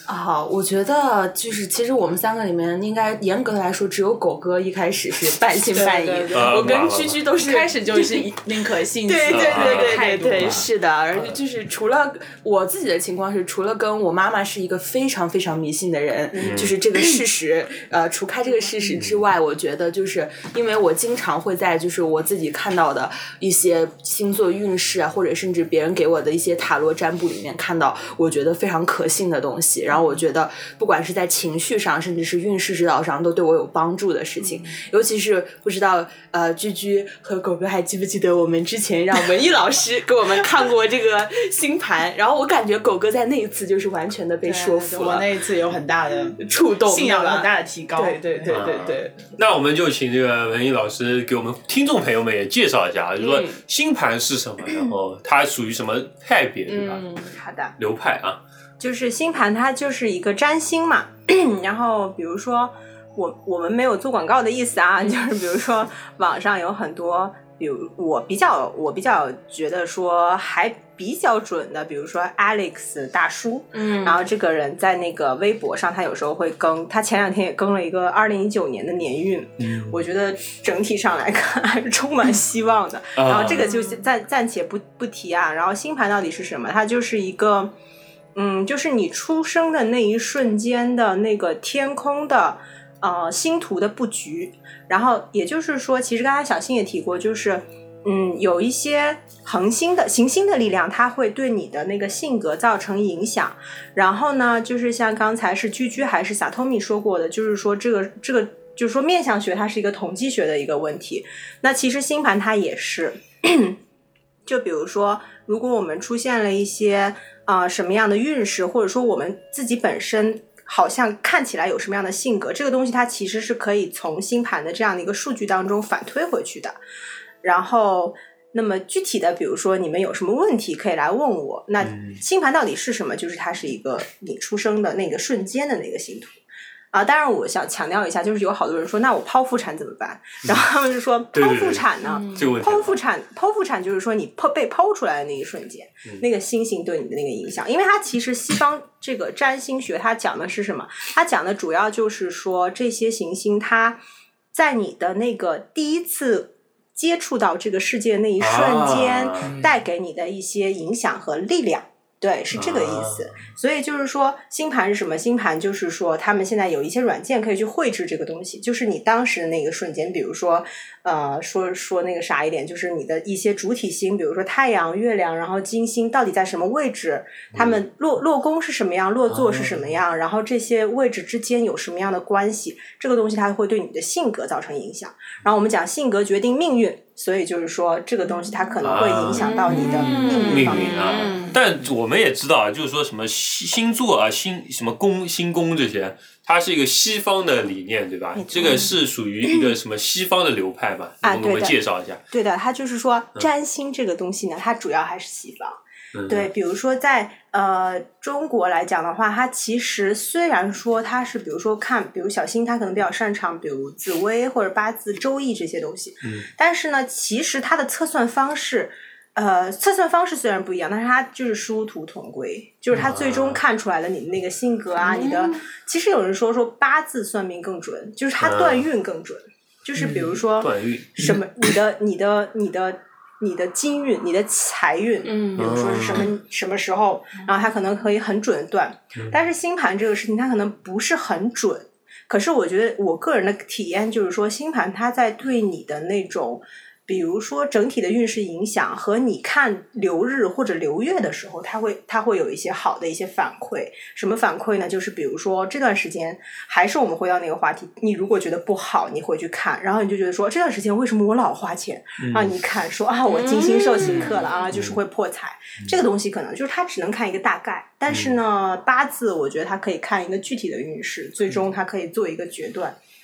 啊，我觉得就是其实我们三个里面，应该严格来说，只有狗哥一开始是半信半疑， 对对对我跟居居都是开始就是宁可信其对对对对对对， 对， 是的，而且就是除了我自己的情况是，除了跟我妈妈是一个非常非常迷信的人， 嗯、 就是这个事实，呃，除开这个事实之外，我觉得就是因为我经常会在就是我自己看到的一些星座运势啊，或者甚至别人给我的一些塔罗占卜里面看到，我觉得非常可信的东西，然后我觉得不管是在情绪上，甚至是运势指导上，都对我有帮助的事情。尤其是不知道呃，居居和狗哥还记不记得我们之前让文艺老师给我们看过这个星盘，然后我感觉狗哥在那一次就是完全的被说服了， 我那一次有很大的触动， 信仰有很大的提高。 对对对对对、 嗯。那我们就请这个文艺老师给我们听众朋友们也介绍一下，就是说星盘是什么，嗯、然后它属于什么派别，对吧？ 嗯，好的。 流派啊。 就是星盘它就是一个占星嘛，然后比如说我我们没有做广告的意思啊，就是比如说网上有很多，比如我比较我比较觉得说还比较准的，比如说 Alex 大叔， 嗯， 然后这个人在那个微博上他有时候会更，他前两天也更了一个二零一九年的年运， 嗯， 我觉得整体上来看还是充满希望的，然后这个就暂暂且不不提啊，然后星盘到底是什么？它就是一个嗯，就是你出生的那一瞬间的那个天空的呃星图的布局，然后也就是说，其实刚才小新也提过，就是嗯，有一些恒星的行星的力量，它会对你的那个性格造成影响。然后呢，就是像刚才是居居还是萨托米说过的，就是说这个这个就是说面相学它是一个统计学的一个问题。那其实星盘它也是，就比如说，如果我们出现了一些啊、呃、什么样的运势，或者说我们自己本身好像看起来有什么样的性格，这个东西它其实是可以从星盘的这样的一个数据当中反推回去的。然后那么具体的比如说你们有什么问题可以来问我，那星盘到底是什么，就是它是一个你出生的那个瞬间的那个星图啊。当然我想强调一下，就是有好多人说那我剖腹产怎么办，然后他们就说剖腹产呢， 对对对剖腹产剖腹产就是说你剖被剖出来的那一瞬间、嗯、那个星星对你的那个影响。因为它其实西方这个占星学它讲的是什么，它讲的主要就是说这些行星它在你的那个第一次接触到这个世界那一瞬间带给你的一些影响和力量、啊、对，是这个意思、啊、所以就是说星盘是什么，星盘就是说他们现在有一些软件可以去绘制这个东西，就是你当时的那个瞬间，比如说呃，说说那个啥一点，就是你的一些主体星，比如说太阳、月亮，然后金星到底在什么位置，他们落落宫是什么样，落座是什么样、啊、然后这些位置之间有什么样的关系，这个东西它会对你的性格造成影响。然后我们讲性格决定命运，所以就是说这个东西它可能会影响到你的命运方面、 啊嗯、啊。但我们也知道，就是说什么星座啊、星什么宫、星宫这些，它是一个西方的理念，对吧？这个是属于一个什么西方的流派嘛？ 啊， 你跟我们介绍一下。 对的，它就是说占星这个东西呢，它主要还是西方。 嗯、 对，比如说在呃中国来讲的话，它其实虽然说它是比如说看，比如小新他可能比较擅长，比如紫微或者八字、周易这些东西， 嗯， 但是呢，其实它的测算方式。呃，测算方式虽然不一样，但是它就是殊途同归，就是它最终看出来了你的那个性格啊，嗯、你的其实有人说说八字算命更准，就是它断运更准，嗯、就是比如说断运什么你的你的你的你的金运、你的财运， 嗯， 比如说是什么、嗯、什么时候，然后它可能可以很准断，嗯、但是星盘这个事情它可能不是很准，可是我觉得我个人的体验就是说，星盘它在对你的那种。比如说整体的运势影响和你看流日或者流月的时候，它会它会有一些好的一些反馈。什么反馈呢？就是比如说这段时间，还是我们回到那个话题，你如果觉得不好，你回去看，然后你就觉得说这段时间为什么我老花钱、嗯、啊？你看说啊，我金星受刑克了、嗯、啊，就是会破财、嗯。这个东西可能就是它只能看一个大概，但是呢，八字我觉得它可以看一个具体的运势，最终它可以做一个决断。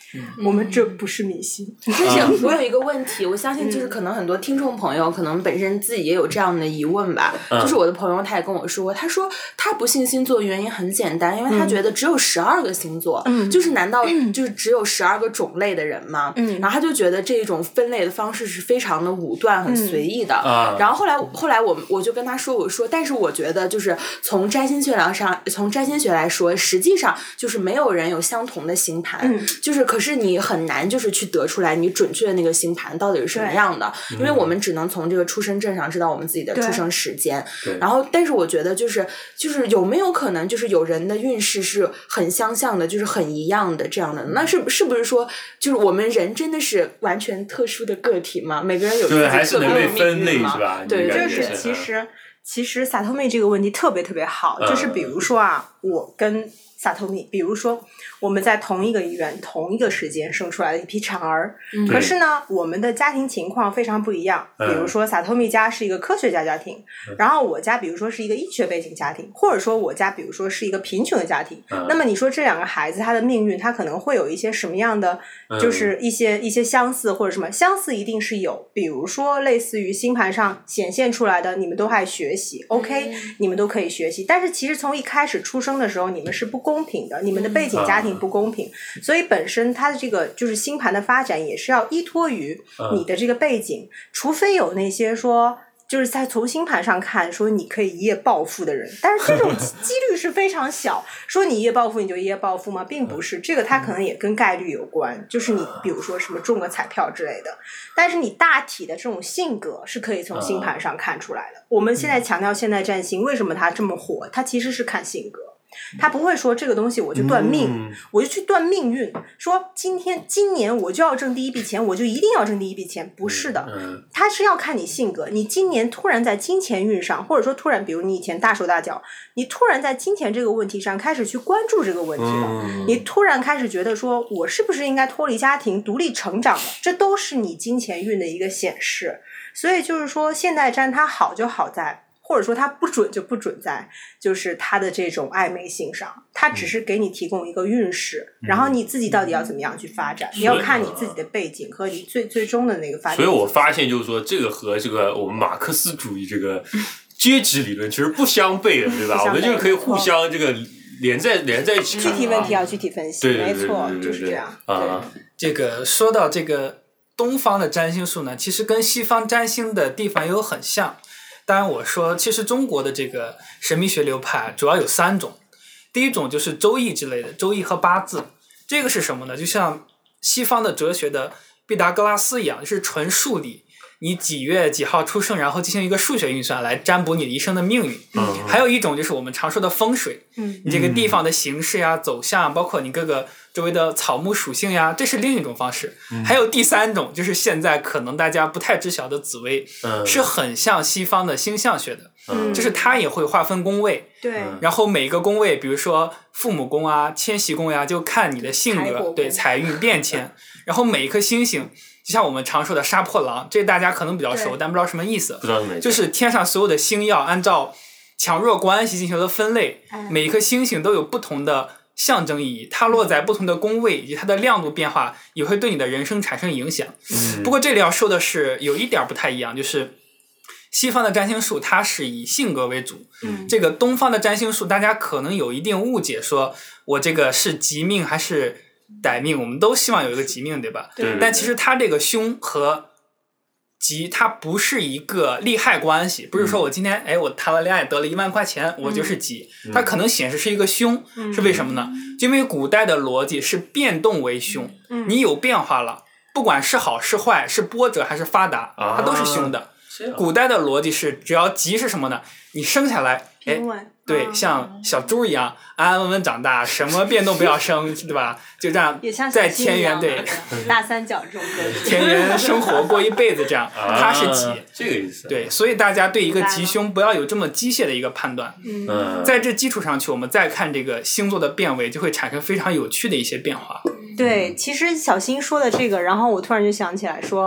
我们这不是迷信。 但是我有一个问题，我相信就是可能很多听众朋友可能本身自己也有这样的疑问吧。嗯、就是我的朋友他也跟我说，他说他不信星座原因很简单，因为他觉得只有十二个星座，嗯、就是难道就是只有十二个种类的人吗？嗯、然后他就觉得这种分类的方式是非常的武断、很随意的。嗯、然后后来后来我我就跟他说，我说，但是我觉得就是从占星学上，从占星学来说，实际上就是没有人有相同的星盘，嗯、就是可是你很难就是去得出来你准确的那个星盘到底是什么样的，因为我们只能从这个出生证上知道我们自己的出生时间。然后但是我觉得就是就是有没有可能就是有人的运势是很相像的，就是很一样的这样的，那是是不是说就是我们人真的是完全特殊的个体吗？每个人有自己特别的命运吗？对， 就是其实其实萨托米这个问题特别特别好，嗯、就是比如说啊，我跟萨托米，比如说我们在同一个医院同一个时间生出来的一批产儿，嗯、可是呢我们的家庭情况非常不一样，比如说萨托米家是一个科学家家庭，嗯、然后我家比如说是一个医学背景家庭，或者说我家比如说是一个贫穷的家庭，嗯、那么你说这两个孩子他的命运他可能会有一些什么样的，就是一些、嗯、一些相似或者什么相似一定是有，比如说类似于星盘上显现出来的你们都爱学习， OK、嗯、你们都可以学习，但是其实从一开始出生的时候你们是不公平的，你们的背景家庭不公平，嗯、所以本身它的这个就是星盘的发展也是要依托于你的这个背景，嗯、除非有那些说就是在从星盘上看说你可以一夜暴富的人，但是这种几率是非常小说你一夜暴富你就一夜暴富吗？并不是，这个它可能也跟概率有关，就是你比如说什么中个彩票之类的，但是你大体的这种性格是可以从星盘上看出来的。我们现在强调现代占星为什么它这么火，它其实是看性格，他不会说这个东西我就断命、嗯、我就去断命运，说今天今年我就要挣第一笔钱我就一定要挣第一笔钱，不是的，他是要看你性格，你今年突然在金钱运上，或者说突然比如你以前大手大脚，你突然在金钱这个问题上开始去关注这个问题了、嗯、你突然开始觉得说我是不是应该脱离家庭独立成长了，这都是你金钱运的一个显示。所以就是说现代占它好就好在，或者说它不准就不准在就是它的这种暧昧性上，它只是给你提供一个运势、嗯、然后你自己到底要怎么样去发展、嗯、你要看你自己的背景和你最最终的那个发展。 所以我发现就是说这个和这个我们马克思主义这个阶级理论其实不相悖的，对吧？我们就可以互相这个连在连在一起看， 具体问题要具体分析， 对对对对没错，就是这样啊。 这个说到这个东方的占星术呢，其实跟西方占星的地方也有很像。当然我说其实中国的这个神秘学流派主要有三种，第一种就是周易之类的，周易和八字，这个是什么呢？就像西方的哲学的毕达哥拉斯一样，就是纯数理，你几月几号出生，然后进行一个数学运算来占卜你一生的命运、嗯、还有一种就是我们常说的风水、嗯、你这个地方的形势呀、走向，包括你各个周围的草木属性呀，这是另一种方式、嗯、还有第三种就是现在可能大家不太知晓的紫微、嗯、是很像西方的星象学的、嗯、就是它也会划分宫位， 对， 然后每个宫位比如说父母宫啊、迁徙宫呀，就看你的性格，对，财运变迁然后每一颗星星就像我们常说的杀破狼，这大家可能比较熟但不知道什么意思， 不知道什么意思， 就是天上所有的星耀按照强弱关系进行了分类、嗯、每一颗星星都有不同的象征意义，它落在不同的宫位以及它的亮度变化也会对你的人生产生影响、嗯、不过这里要说的是有一点不太一样，就是西方的占星术它是以性格为主、嗯、这个东方的占星术大家可能有一定误解，说我这个是吉命还是歹命，我们都希望有一个吉命，对吧？ 对。 但其实它这个凶和吉它不是一个利害关系，不是说我今天哎我谈了恋爱得了一万块钱、嗯、我就是吉，它可能显示是一个凶、嗯、是为什么呢？因为古代的逻辑是变动为凶、嗯、你有变化了，不管是好是坏，是波折还是发达、啊、它都是凶的。古代的逻辑是只要吉是什么呢？你生下来哎对，像小猪一样安安稳稳长大，什么变动不要生，对吧？就这样在田园，对大三角这种田园生活过一辈子，这样它是吉、啊， 这个意思。 对，所以大家对一个吉凶不要有这么机械的一个判断。 嗯， 在这基础上去，我们再看这个星座的变位，就会产生非常有趣的一些变化。 对，其实小新说的这个，然后我突然就想起来说，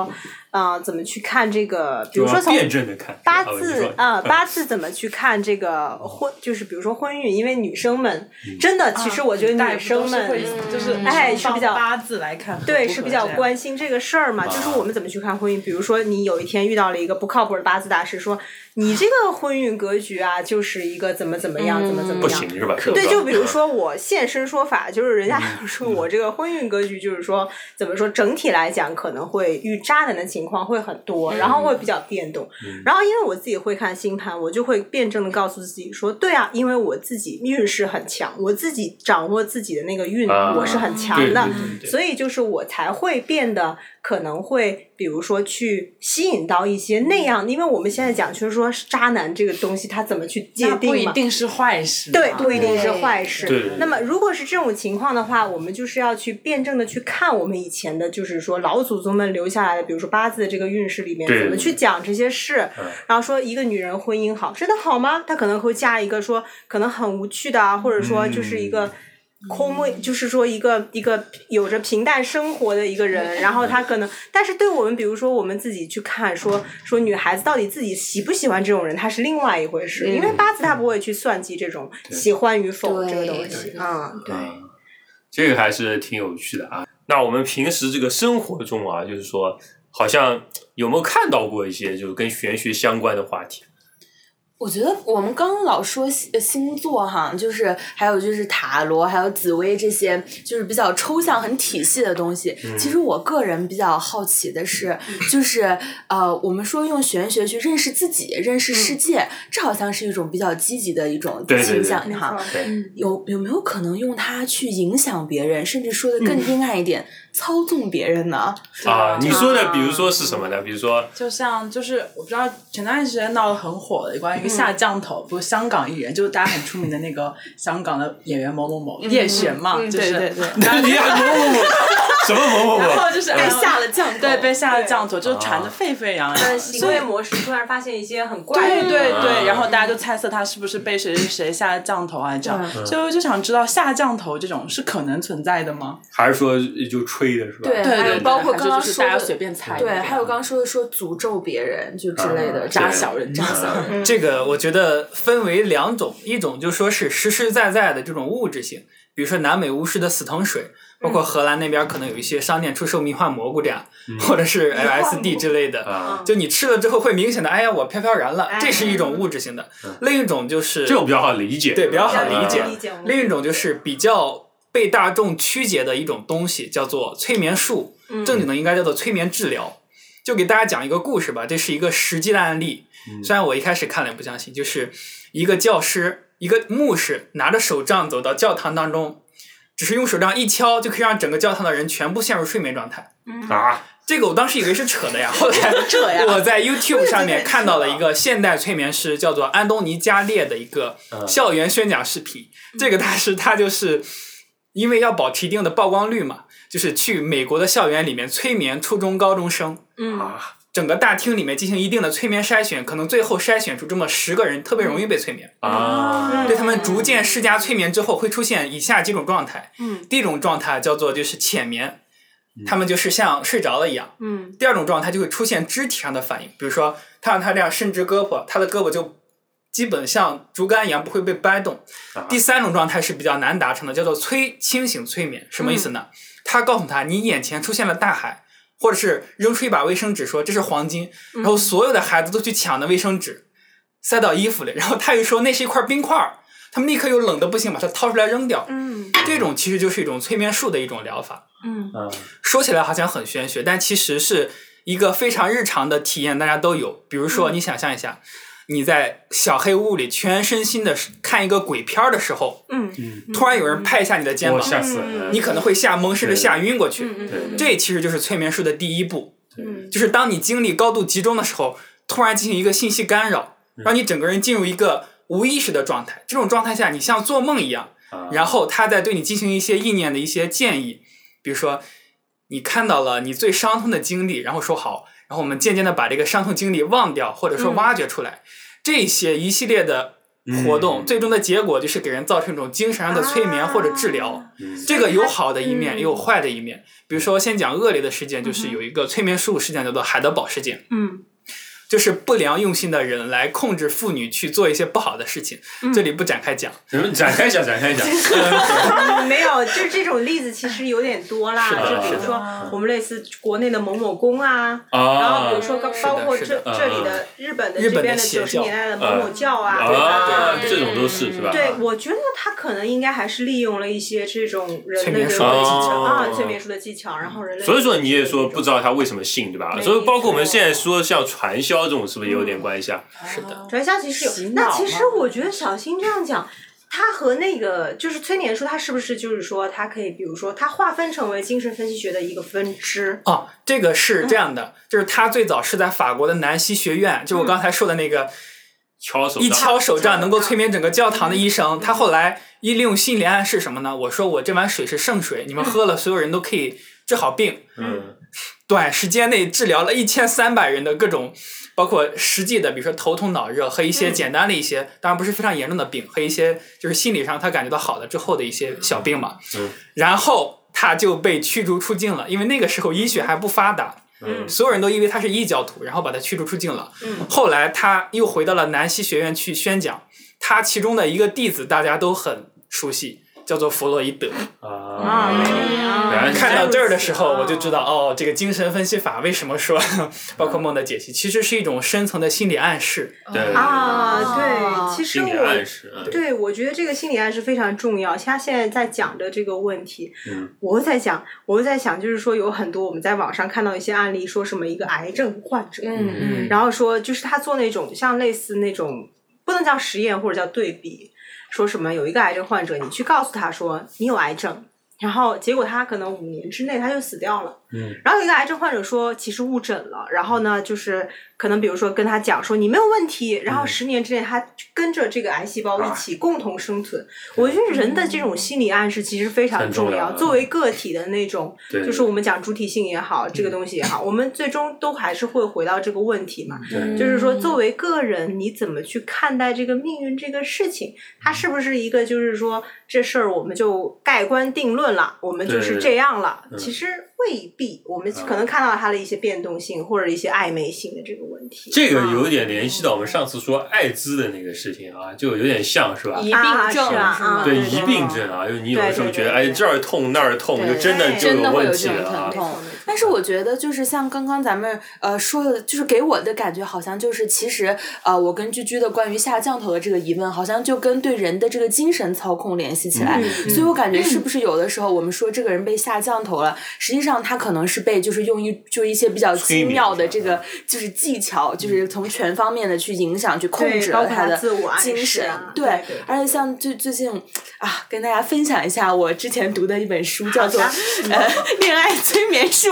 呃，怎么去看这个？比如说从辩证的看八字啊、呃，八字怎么去看这个婚？就是比如说婚运，因为女生们、嗯、真的，其实我觉得女生们、 嗯、就是哎是比较八字来看， 对，是比较关心这个事儿嘛。就是我们怎么去看婚运？比如说你有一天遇到了一个不靠谱的八字大师，说你这个婚运格局啊，就是一个怎么怎么样，嗯、怎么怎么样， 不行是吧？ 对，就比如说我现身说法，就是人家说我这个婚运格局，就是说怎么说，整体来讲可能会遇渣男的情况会很多，然后会比较变动。嗯、然后因为我自己会看星盘，我就会辩证的告诉自己说，对啊，因为我自己运势很强，我自己掌握自己的那个运，啊、我是很强的， 对对对， 所以就是我才会变得可能会，比如说去吸引到一些那样，因为我们现在讲就是说渣男这个东西，他怎么去界定嘛？ 不一定是坏事， 对，不一定是坏事。 对对对， 那么如果是这种情况的话，我们就是要去辩证的去看我们以前的，就是说老祖宗们留下来的，比如说八字的这个运势里面怎么去讲这些事，然后说一个女人婚姻好，真的好吗？她可能会嫁一个说可能很无趣的啊，或者说就是一个。嗯空位就是说一个一个有着平淡生活的一个人，然后他可能，但是对我们比如说我们自己去看说说女孩子到底自己喜不喜欢这种人，他是另外一回事，嗯、因为八字他不会去算计这种喜欢与否这个东西啊、嗯，对， 这个还是挺有趣的啊。那我们平时这个生活中啊，就是说好像有没有看到过一些就是跟玄学相关的话题？ 我觉得我们刚刚老说星座哈，就是还有就是塔罗，还有紫微这些，就是比较抽象、很体系的东西。嗯、其实我个人比较好奇的是，就是呃，我们说用玄学去认识自己、认识世界，嗯、这好像是一种比较积极的一种倾向哈。有有没有可能用它去影响别人，甚至说的更阴暗一点，嗯、操纵别人呢？ 啊，你说的比如说是什么呢？比如说， 就像就是我不知道前段时间闹得很火的关于。下降头，不是香港艺人，就是大家很出名的那个香港的演员某某某叶璇嘛， 嗯、 就是对对对， 你还某某某什么某某某， 然后就是被下了降头， 对，被下了降头，就传得沸沸扬扬。 行为模式突然发现一些很怪的，对对对，然后大家就猜测他是不是被谁谁谁下了降头啊？这样，嗯、所以我就想知道下降头这种是可能存在的吗？ 还是说就吹的是吧？ 对对对， 包括刚刚说的大家随便猜， 对，还有刚刚说的说诅咒别人就之类的， 扎小人，扎小人， 这个。我觉得分为两种，一种就说是实实在在的这种物质性，比如说南美巫师的死藤水，包括荷兰那边可能有一些商店出售迷幻蘑菇这样，嗯、或者是 L S D 之类的，嗯、就你吃了之后会明显的，哎呀，我飘飘然了，这是一种物质性的。嗯、另一种就是这种比较好理解， 对，比较好理解。嗯、另一种就是比较被大众曲解的一种东西，叫做催眠术，嗯、正经的应该叫做催眠治疗。就给大家讲一个故事吧，这是一个实际的案例。虽然我一开始看了也不相信，就是一个教师，一个牧师拿着手杖走到教堂当中，只是用手杖一敲就可以让整个教堂的人全部陷入睡眠状态。 啊， 这个我当时以为是扯的呀，后来我在 YouTube 上面看到了一个现代催眠师叫做安东尼加列的一个校园宣讲视频。这个大师他就是因为要保持一定的曝光率嘛，就是去美国的校园里面催眠初中高中生。 嗯啊。整个大厅里面进行一定的催眠筛选，可能最后筛选出这么十个人特别容易被催眠啊。 对他们逐渐施加催眠之后，会出现以下几种状态。 嗯， 第一种状态叫做就是浅眠，他们就是像睡着了一样。 嗯， 第二种状态就会出现肢体上的反应，比如说他让他这样伸直胳膊，他的胳膊就基本像竹竿一样不会被掰动。 啊、 第三种状态是比较难达成的，叫做催清醒催眠。什么意思呢？嗯、他告诉他你眼前出现了大海。或者是扔出一把卫生纸说这是黄金，然后所有的孩子都去抢那卫生纸塞到衣服里，然后他又说那是一块冰块，他们立刻又冷的不行把它掏出来扔掉。 嗯， 这种其实就是一种催眠术的一种疗法。 嗯， 说起来好像很玄学，但其实是一个非常日常的体验，大家都有。比如说你想象一下，你在小黑屋里全身心的看一个鬼片的时候， 嗯， 突然有人拍一下你的肩膀， 吓死了， 你可能会吓懵，甚至吓晕过去。 嗯， 这其实就是催眠术的第一步。 嗯， 就是当你精力高度集中的时候，突然进行一个信息干扰，让你整个人进入一个无意识的状态。这种状态下，你像做梦一样，然后他在对你进行一些意念的一些建议，比如说你看到了你最伤痛的经历，然后说好。然后我们渐渐的把这个伤痛经历忘掉，或者说挖掘出来，嗯、这些一系列的活动，嗯、最终的结果就是给人造成一种精神上的催眠或者治疗。啊、这个有好的一面，也有坏的一面。比如说，先讲恶劣的事件，就是有一个催眠术事件叫做海德堡事件。 嗯。 就是不良用心的人来控制妇女去做一些不好的事情，嗯、这里不展开讲。 嗯，展开讲，展开讲。 嗯、没有，就是这种例子其实有点多啦。就比如说我们类似国内的某某宫啊，啊然后比如说包括这这里的日本的这边的九十年代的某某教啊， 对吧？这种都是是吧？ 对，我觉得他可能应该还是利用了一些这种人类的技巧啊，催眠术的技巧，然后人类。 所以说你也说不知道他为什么信，对吧？所以包括我们现在说像传销这种，是不是也有点关系啊？ 嗯、是的， 传销其实有。那其实我觉得小新这样讲，他和那个就是催眠术，他是不是就是说，他可以比如说，他划分成为精神分析学的一个分支？ 哦，这个是这样的，嗯、就是他最早是在法国的南希学院，就我刚才说的那个。嗯敲手一敲手杖能够催眠整个教堂的医生，他后来一利用心理暗示什么呢？我说我这碗水是圣水，你们喝了，所有人都可以治好病。 嗯， 短时间内治疗了一千三百人的各种，包括实际的，比如说头痛脑热和一些简单的一些，嗯、当然不是非常严重的病，和一些就是心理上他感觉到好了之后的一些小病嘛。 嗯， 然后他就被驱逐出境了，因为那个时候医学还不发达。 嗯， 所有人都以为他是异教徒，然后把他驱逐出境了。 嗯， 后来他又回到了南希学院去宣讲，他其中的一个弟子大家都很熟悉，叫做弗洛伊德。 啊， 嗯、看到这儿的时候，我就知道哦，这个精神分析法为什么说，包括梦的解析，其实是一种深层的心理暗示。 对啊，对，其实我心理暗示， 嗯、对我觉得这个心理暗示非常重要。他现在在讲的这个问题， 嗯， 我在讲，我在想，就是说有很多我们在网上看到一些案例，说什么一个癌症患者， 嗯嗯， 然后说就是他做那种像类似那种不能叫实验或者叫对比。说什么有一个癌症患者，你去告诉他说你有癌症，然后结果他可能五年之内他就死掉了。 嗯， 然后有一个癌症患者说其实误诊了，然后呢就是可能比如说跟他讲说你没有问题，然后十年之内他跟着这个癌细胞一起共同生存。嗯、我觉得人的这种心理暗示其实非常重要，作为个体的那种，就是我们讲主体性也好，这个东西也好，我们最终都还是会回到这个问题嘛。就是说作为个人你怎么去看待这个命运这个事情，它是不是一个就是说这事儿我们就盖棺定论了，我们就是这样了， 对对对其实未必，我们可能看到它的一些变动性或者一些暧昧性的这个问题。 这个有点联系到我们上次说艾滋的那个事情啊，就有点像是吧？ 疑病症啊， 对疑病症啊，就你有的时候觉得哎这儿痛那儿痛，就真的就有问题了啊。 但是我觉得就是像刚刚咱们呃说的，就是给我的感觉好像就是其实呃我跟居居的关于下降头的这个疑问，好像就跟对人的这个精神操控联系起来。 嗯、 所以我感觉是不是有的时候我们说这个人被下降头了，实际上他可能是被就是用一就一些比较精妙的这个就是技巧，就是从全方面的去影响去控制了他的精神。 对， 对，而且像最最近啊，跟大家分享一下我之前读的一本书，叫做呃恋爱催眠术。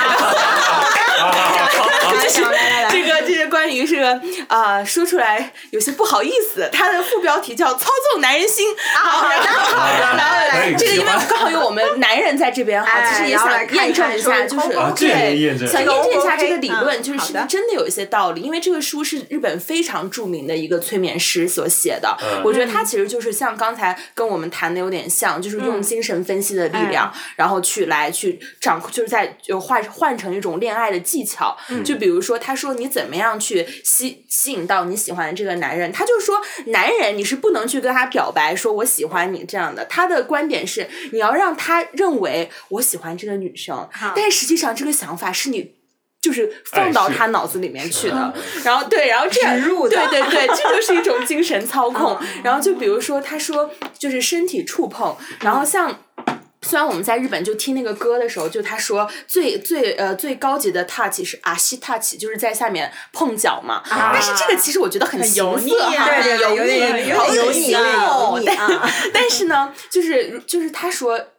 就是这个这个关于这个啊、呃，说出来有些不好意思，它的副标题叫操纵男人心。好，然后来这个因为刚好有我们男人在这边哈，其实也想验证一下，就是对，想验证一下这个理论，就是是不是真的有一些道理？因为这个书是日本非常著名的一个催眠师所写的，我觉得他其实就是像刚才跟我们谈的有点像，就是用精神分析的力量，然后去来去掌，就是在就换换成一种恋爱的技巧。就比如说，他说你怎么样去吸吸引到你喜欢的这个男人，他就说男人你是不能去跟他表白说我喜欢你这样的，他的观点是你要让他认为我喜欢这个女生，但实际上这个想法是你就是放到他脑子里面去的，然后对，然后这样对对对，这就是一种精神操控。然后就比如说他说就是身体触碰，然后像虽然我们在日本就听那个歌的时候，就他说最最呃最高级的 touch 是阿西 touch， 就是在下面碰脚嘛。啊、但是这个其实我觉得很油腻哈， 对对， 油腻， 好油腻， 哦。 但但是呢，就是就是他说。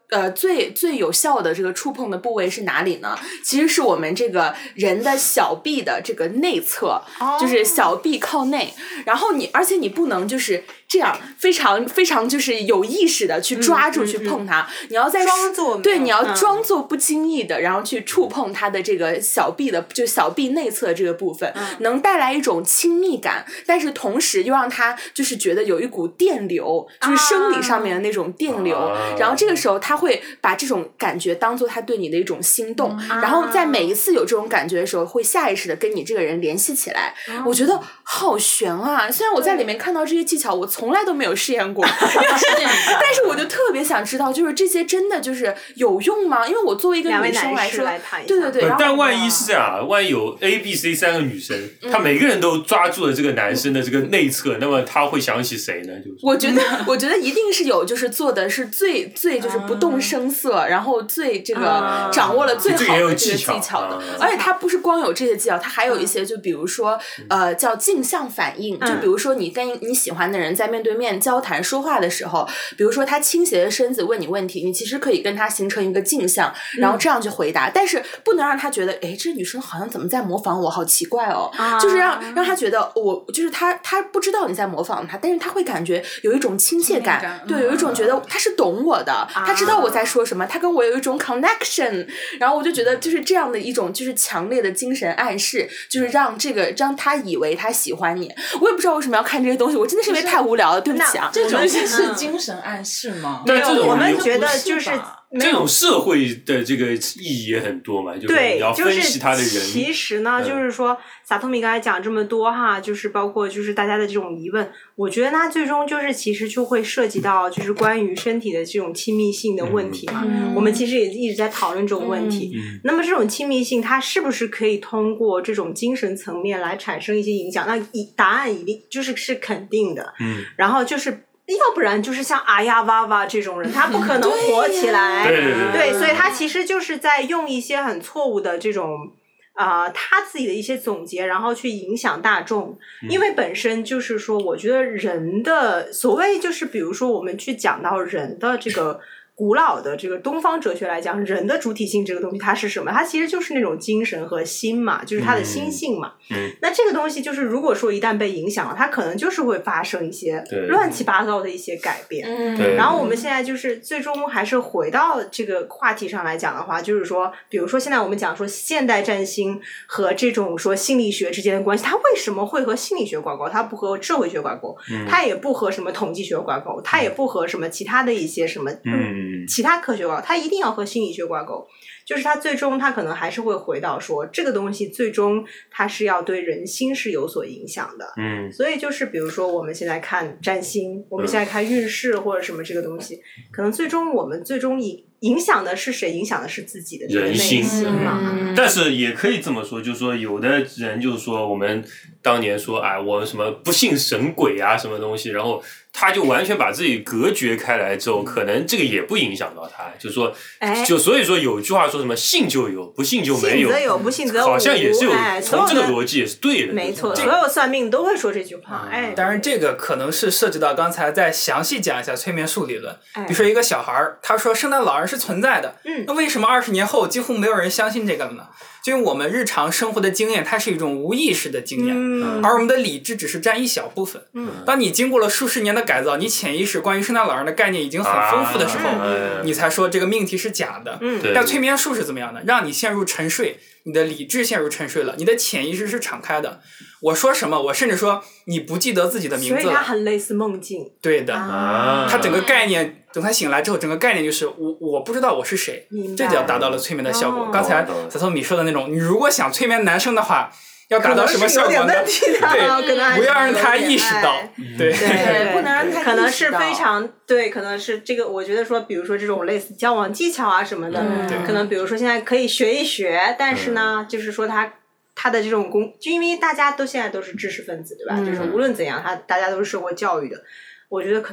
呃，最最有效的这个触碰的部位是哪里呢？其实是我们这个人的小臂的这个内侧，哦、就是小臂靠内。然后你，而且你不能就是这样非常非常就是有意识的去抓住、嗯、去碰它，嗯、你要在装作对，你要装作不经意的，嗯、然后去触碰它的这个小臂的，就小臂内侧这个部分，嗯、能带来一种亲密感，但是同时又让他就是觉得有一股电流，就是生理上面的那种电流，啊、然后这个时候他会把这种感觉当做他对你的一种心动，嗯、然后在每一次有这种感觉的时候，会下意识的跟你这个人联系起来。嗯、我觉得好悬啊！虽然我在里面看到这些技巧，我从来都没有试验过，但是我就特别想知道，就是这些真的就是有用吗？因为我作为一个女生来说， 来对对对。 但万一是这样，万一有 A、B、C 三个女生，嗯、她每个人都抓住了这个男生的这个内侧，嗯、那么她会想起谁呢？就是我觉得，我觉得一定是有，就是做的是最最就是不动声色，嗯、然后最这个掌握了最好的这个技巧的， 嗯、 而且它不是光有这些技巧，它还有一些，就比如说，嗯、呃，叫镜像反应，就比如说你跟你喜欢的人在面对面交谈说话的时候，比如说他倾斜着身子问你问题，你其实可以跟他形成一个镜像，然后这样去回答，嗯、但是不能让他觉得，哎，这女生好像怎么在模仿我，好奇怪哦，啊、就是让让他觉得我就是他，他不知道你在模仿他，但是他会感觉有一种亲切感，感对，有一种觉得他是懂我的，啊、他知道我在说什么，他跟我有一种 connection， 然后我就觉得就是这样的一种就是强烈的精神暗示，就是让这个让他以为他喜欢你，我也不知道为什么要看这些东西，我真的是因为太无聊了，对不起啊， 这种是精神暗示吗？ 没有， 我们觉得就是这种社会的这个意义也很多嘛，就是你要分析他的人。 就是、其实呢，嗯、就是说萨托米刚才讲这么多哈，就是包括就是大家的这种疑问，我觉得它最终就是其实就会涉及到就是关于身体的这种亲密性的问题嘛。嗯、我们其实也一直在讨论这种问题。嗯、那么这种亲密性，它是不是可以通过这种精神层面来产生一些影响？那答案一定就是是肯定的。 嗯， 然后就是。要不然就是像阿呀哇哇这种人，他不可能火起来。 对对对， 对，所以他其实就是在用一些很错误的这种啊、呃、他自己的一些总结，然后去影响大众。嗯、因为本身就是说，我觉得人的所谓就是，比如说我们去讲到人的这个。古老的这个东方哲学来讲，人的主体性这个东西它是什么？它其实就是那种精神和心嘛，就是它的心性嘛。 嗯， 那这个东西就是如果说一旦被影响了，它可能就是会发生一些乱七八糟的一些改变。 嗯， 然后我们现在就是最终还是回到这个话题上来讲的话，就是说，比如说现在我们讲说现代占星和这种说心理学之间的关系，它为什么会和心理学挂钩？它不和社会学挂钩， 嗯、 它也不和什么统计学挂钩，它也不和什么其他的一些什么嗯。 其他科学挂钩，它一定要和心理学挂钩，就是它最终它可能还是会回到说这个东西最终它是要对人心是有所影响的。 嗯， 所以就是比如说我们现在看占星，我们现在看运势或者什么这个东西，可能最终我们最终影影响的是谁？影响的是自己的这个内心嘛。 嗯、但是也可以这么说，就是说有的人就是说我们当年说哎我什么不信神鬼啊什么东西，然后他就完全把自己隔绝开来之后，可能这个也不影响到他，就是说， 哎、 就所以说有句话说什么信就有，不信就没有， 信则有，不信则无， 好像也是有， 哎、 从这个逻辑也是对的， 没错， 就是、 所有算命都会说这句话。哎， 当然这个可能是涉及到刚才再详细讲一下催眠术理论。 哎、 比如说一个小孩他说圣诞老人是存在的， 嗯， 那为什么二十年后几乎没有人相信这个了呢？就因为我们日常生活的经验，它是一种无意识的经验， 嗯、 而我们的理智只是占一小部分。 嗯， 当你经过了数十年的改造，你潜意识关于圣诞老人的概念已经很丰富的时候， 啊、 你才说这个命题是假的。 嗯， 但催眠术是怎么样的？让你陷入沉睡，你的理智陷入沉睡了，你的潜意识是敞开的。我说什么？我甚至说你不记得自己的名字了。 所以它很类似梦境。 对的， 啊、 它整个概念，等他醒来之后，整个概念就是我我不知道我是谁，这就要达到了催眠的效果。 哦、 刚才萨托米说的那种，你如果想催眠男生的话，要达到什么效果呢？对，不要让他意识到，对对， 不能让他可能是非常对，可能是这个，我觉得说，比如说这种类似交往技巧啊什么的， 嗯、 可能比如说现在可以学一学，但是呢，嗯、就是说他。他的这种工，就因为大家都现在都是知识分子，对吧？嗯、就是无论怎样，他大家都是受过教育的。我觉得可能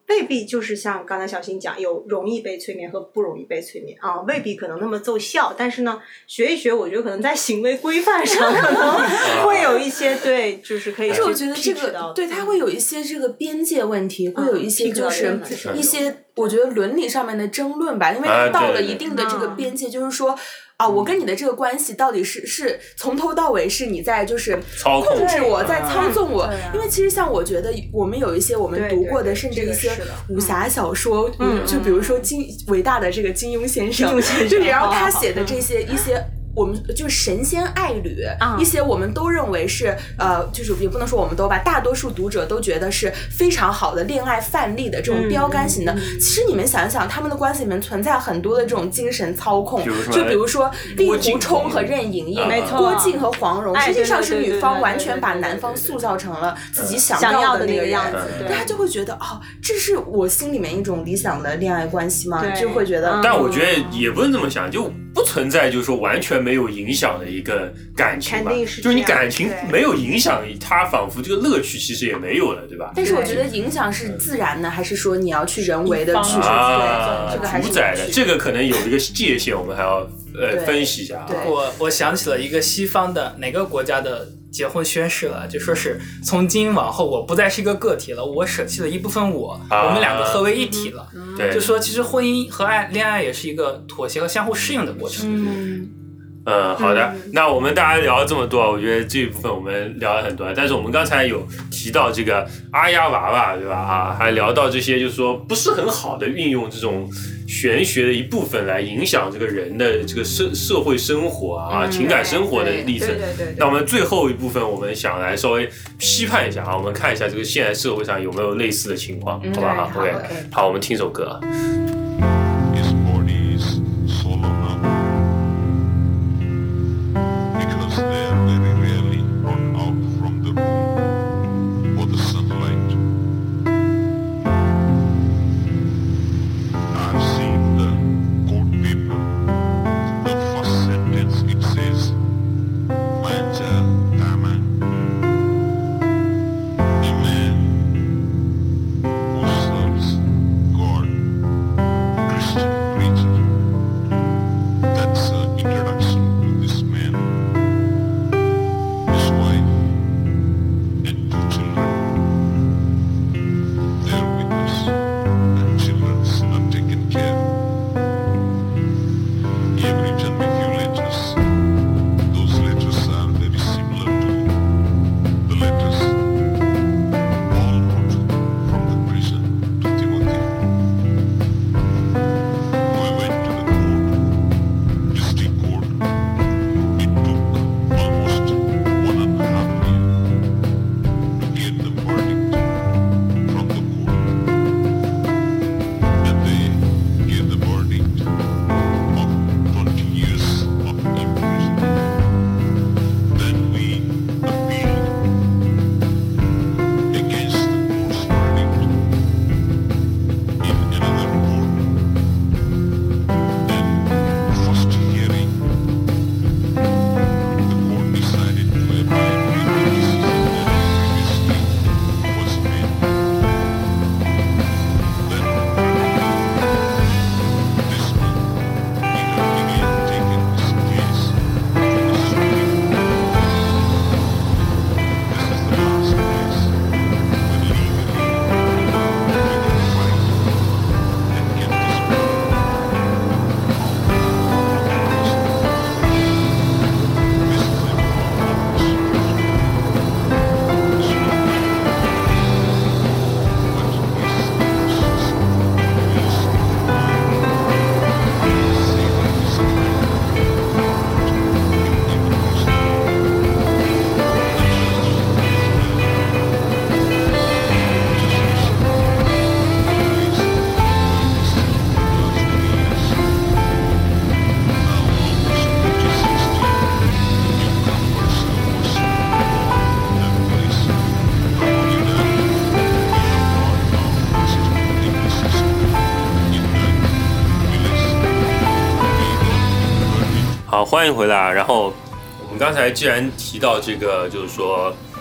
未必就是像刚才小新讲，有容易被催眠和不容易被催眠啊，未必可能那么奏效。但是呢，学一学，我觉得可能在行为规范上可能会有一些对，就是可以。 但是我觉得这个对它会有一些这个边界问题，会有一些就是一些我觉得伦理上面的争论吧，因为它到了一定的这个边界，就是说。啊，我跟你的这个关系到底是是从头到尾是你在就是控制我，在操纵我？因为其实像我觉得我们有一些我们读过的，甚至一些武侠小说，嗯，就比如说金伟大的这个金庸先生，就是然后他写的这些一些。我们就是神仙爱侣、嗯、一些我们都认为是呃，就是也不能说我们都吧，大多数读者都觉得是非常好的恋爱范例的这种标杆型的、嗯、其实你们想想他们的关系里面存在很多的这种精神操控，就比如说令狐冲和任盈盈、郭靖和黄蓉，实际上是女方完全把男方塑造成了自己想要的那个样子，那他就会觉得哦，这是我心里面一种理想的恋爱关系吗？就会觉得、 嗯、但我觉得也不能这么想，就不存在就是说完全没有影响的一个感情吧， 是就是你感情没有影响，它仿佛这个乐趣其实也没有了，对吧？ 但是我觉得影响是自然的，还是说你要去人为的去啊这个还是主宰的？这个可能有一个界限，我们还要呃分析一下。 我我想起了一个西方的哪个国家的结婚宣誓了，就说是从今往后我不再是一个个体了，我舍弃了一部分我，啊、我们两个合为一体了。 对、嗯， 就说其实婚姻和爱恋爱也是一个妥协和相互适应的过程。 嗯。 嗯，好的、嗯，那我们大家聊了这么多，我觉得这一部分我们聊了很多，但是我们刚才有提到这个阿丫娃娃，对吧？啊，还聊到这些，就是说不是很好的运用这种玄学的一部分来影响这个人的这个社社会生活啊、嗯、情感生活的历程。 对对 对, 对。 那我们最后一部分，我们想来稍微批判一下啊，我们看一下这个现在社会上有没有类似的情况， 嗯、 好吧？好 ，OK， 好，我们听首歌。好，欢迎回来。然后我们刚才既然提到这个，就是说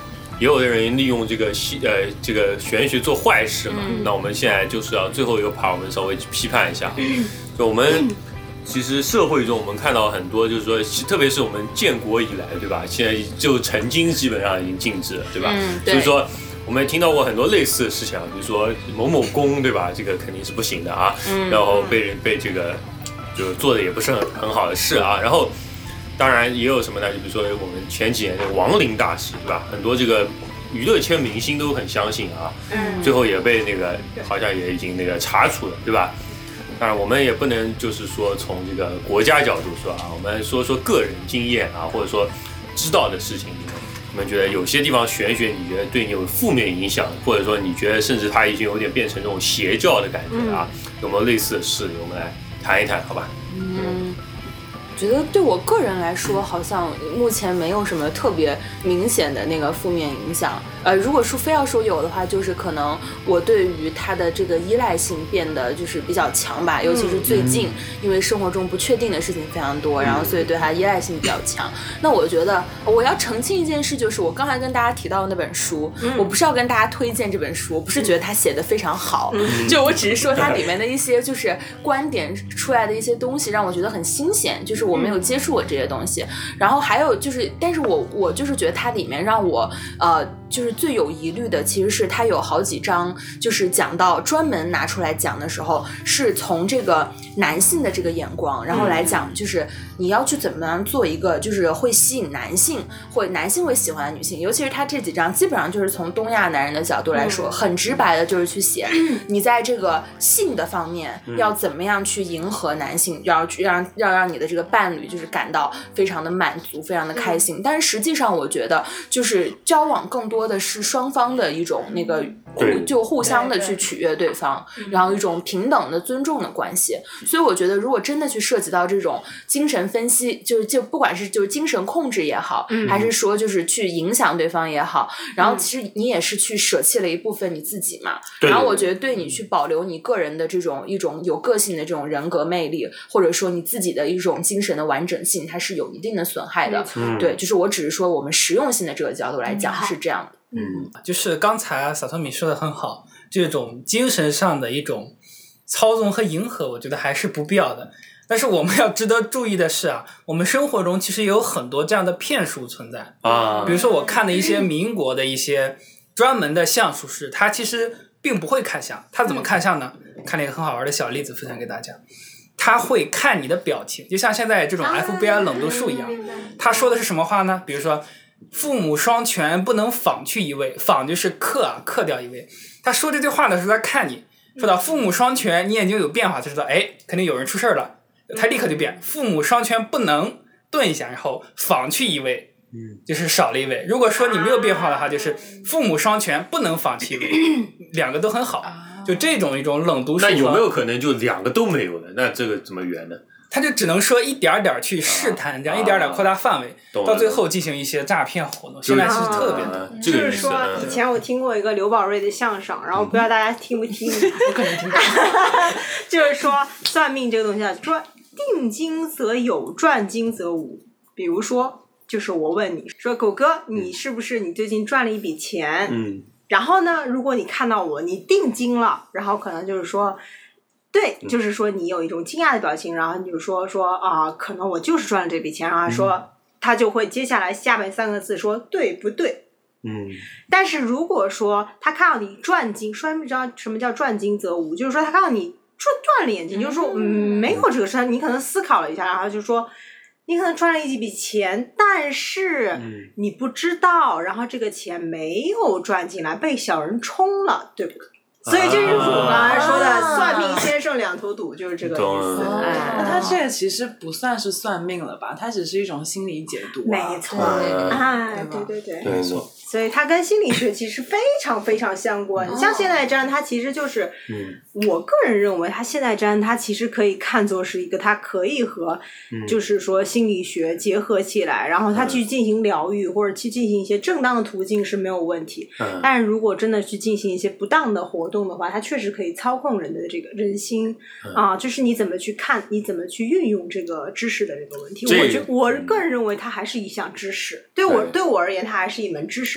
也有的人利用这个呃这个玄学做坏事嘛。嗯、那我们现在就是要最后一个 part， 我们稍微批判一下。嗯、就我们其实社会中我们看到很多，就是说，特别是我们建国以来，对吧？现在就曾经基本上已经禁止了，对吧？嗯、所以说。我们也听到过很多类似的事情啊，比如说某某公，对吧？这个肯定是不行的啊。嗯、然后被人被这个就做的也不是很很好的事啊。然后当然也有什么呢？就比如说我们前几年的亡灵大师，对吧？很多这个娱乐圈明星都很相信啊，嗯、最后也被那个好像也已经那个查处了，对吧？当然我们也不能就是说从这个国家角度说啊，我们说说个人经验啊，或者说知道的事情。你们觉得有些地方玄学，你觉得对你有负面影响，或者说你觉得甚至它已经有点变成这种邪教的感觉啊？嗯、有没有类似的事？我们来谈一谈，好吧？ 嗯，我觉得对我个人来说，好像目前没有什么特别明显的那个负面影响。呃，如果说非要说有的话，就是可能我对于它的这个依赖性变得就是比较强吧，尤其是最近，嗯、因为生活中不确定的事情非常多，然后所以对它依赖性比较强。那我觉得我要澄清一件事，就是我刚才跟大家提到的那本书，嗯、我不是要跟大家推荐这本书，我不是觉得它写的非常好，嗯、就我只是说它里面的一些就是观点出来的一些东西让我觉得很新鲜，就是我没有接触过这些东西。然后还有就是，但是我我就是觉得它里面让我呃。就是最有疑虑的其实是它有好几章就是讲到专门拿出来讲的时候是从这个男性的这个眼光然后来讲就是你要去怎么样做一个就是会吸引男性或男性会喜欢的女性，尤其是他这几章基本上就是从东亚男人的角度来说很直白的就是去写你在这个性的方面要怎么样去迎合男性，要让要让你的这个伴侣就是感到非常的满足非常的开心，但是实际上我觉得就是交往更多的是双方的一种那个就互相的去取悦对方，对对然后一种平等的尊重的关系。所以我觉得如果真的去涉及到这种精神分析，就就不管是就是精神控制也好、嗯、还是说就是去影响对方也好，然后其实你也是去舍弃了一部分你自己嘛、嗯、然后我觉得对你去保留你个人的这种一种有个性的这种人格魅力，或者说你自己的一种精神的完整性，它是有一定的损害的、嗯、对，就是我只是说我们实用性的这个角度来讲、嗯、是这样的。 嗯，就是刚才萨托米说的很好，这种精神上的一种操纵和迎合，我觉得还是不必要的。但是我们要值得注意的是啊，我们生活中其实也有很多这样的骗术存在啊。比如说我看的一些民国的一些专门的相术师，他其实并不会看相，他怎么看相呢？看了一个很好玩的小例子分享给大家。他会看你的表情，就像现在这种 F B I 冷读术一样。他说的是什么话呢？比如说父母双全不能仿去一位，仿就是克啊，克掉一位。他说这句话的时候，他看你说到父母双全，你眼睛有变化，他知道哎，肯定有人出事了，他立刻就变。父母双全不能顿一下，然后仿去一位，就是少了一位。如果说你没有变化的话，就是父母双全不能仿去一位，两个都很好。就这种一种冷读术。 那有没有可能就两个都没有了？那这个怎么圆呢？ 他就只能说一点点去试探、啊、这样一点点扩大范围、啊、到最后进行一些诈骗活动。现在是特别的、 啊、就是说以前我听过一个刘宝瑞的相声，然后不知道大家听不听、 嗯、我可能听到就是说算命这个东西啊，说定经则有，赚经则无。比如说就是我问你说狗哥，你是不是你最近赚了一笔钱，嗯，然后呢如果你看到我你定经了，然后可能就是说对，就是说你有一种惊讶的表情，然后你就说说啊、呃，可能我就是赚了这笔钱，然后说、嗯、他就会接下来下面三个字说对不对？嗯。但是如果说他看到你赚金，说不知道什么叫赚金则无，就是说他看到你赚赚了眼睛，就是说嗯没有这个事，你可能思考了一下，然后就说你可能赚了一笔钱，但是你不知道，然后这个钱没有赚进来，被小人冲了，对不对？所以这就是我刚才说的、啊、算命先生两头堵，就是这个意思。 哎，他这个其实不算是算命了吧，它只是一种心理解读、啊、 没错、嗯、哎，对对对，没错。所以它跟心理学其实非常非常相关、哦、像现代占它其实就是、嗯、我个人认为它现代占它其实可以看作是一个它可以和、嗯、就是说心理学结合起来，然后它去进行疗愈、嗯、或者去进行一些正当的途径是没有问题、嗯、但是如果真的去进行一些不当的活动的话，它确实可以操控人的这个人心、嗯、啊，就是你怎么去看你怎么去运用这个知识的这个问题。我觉我个人认为它还是一项知识，对我对我而言它还是一门知识，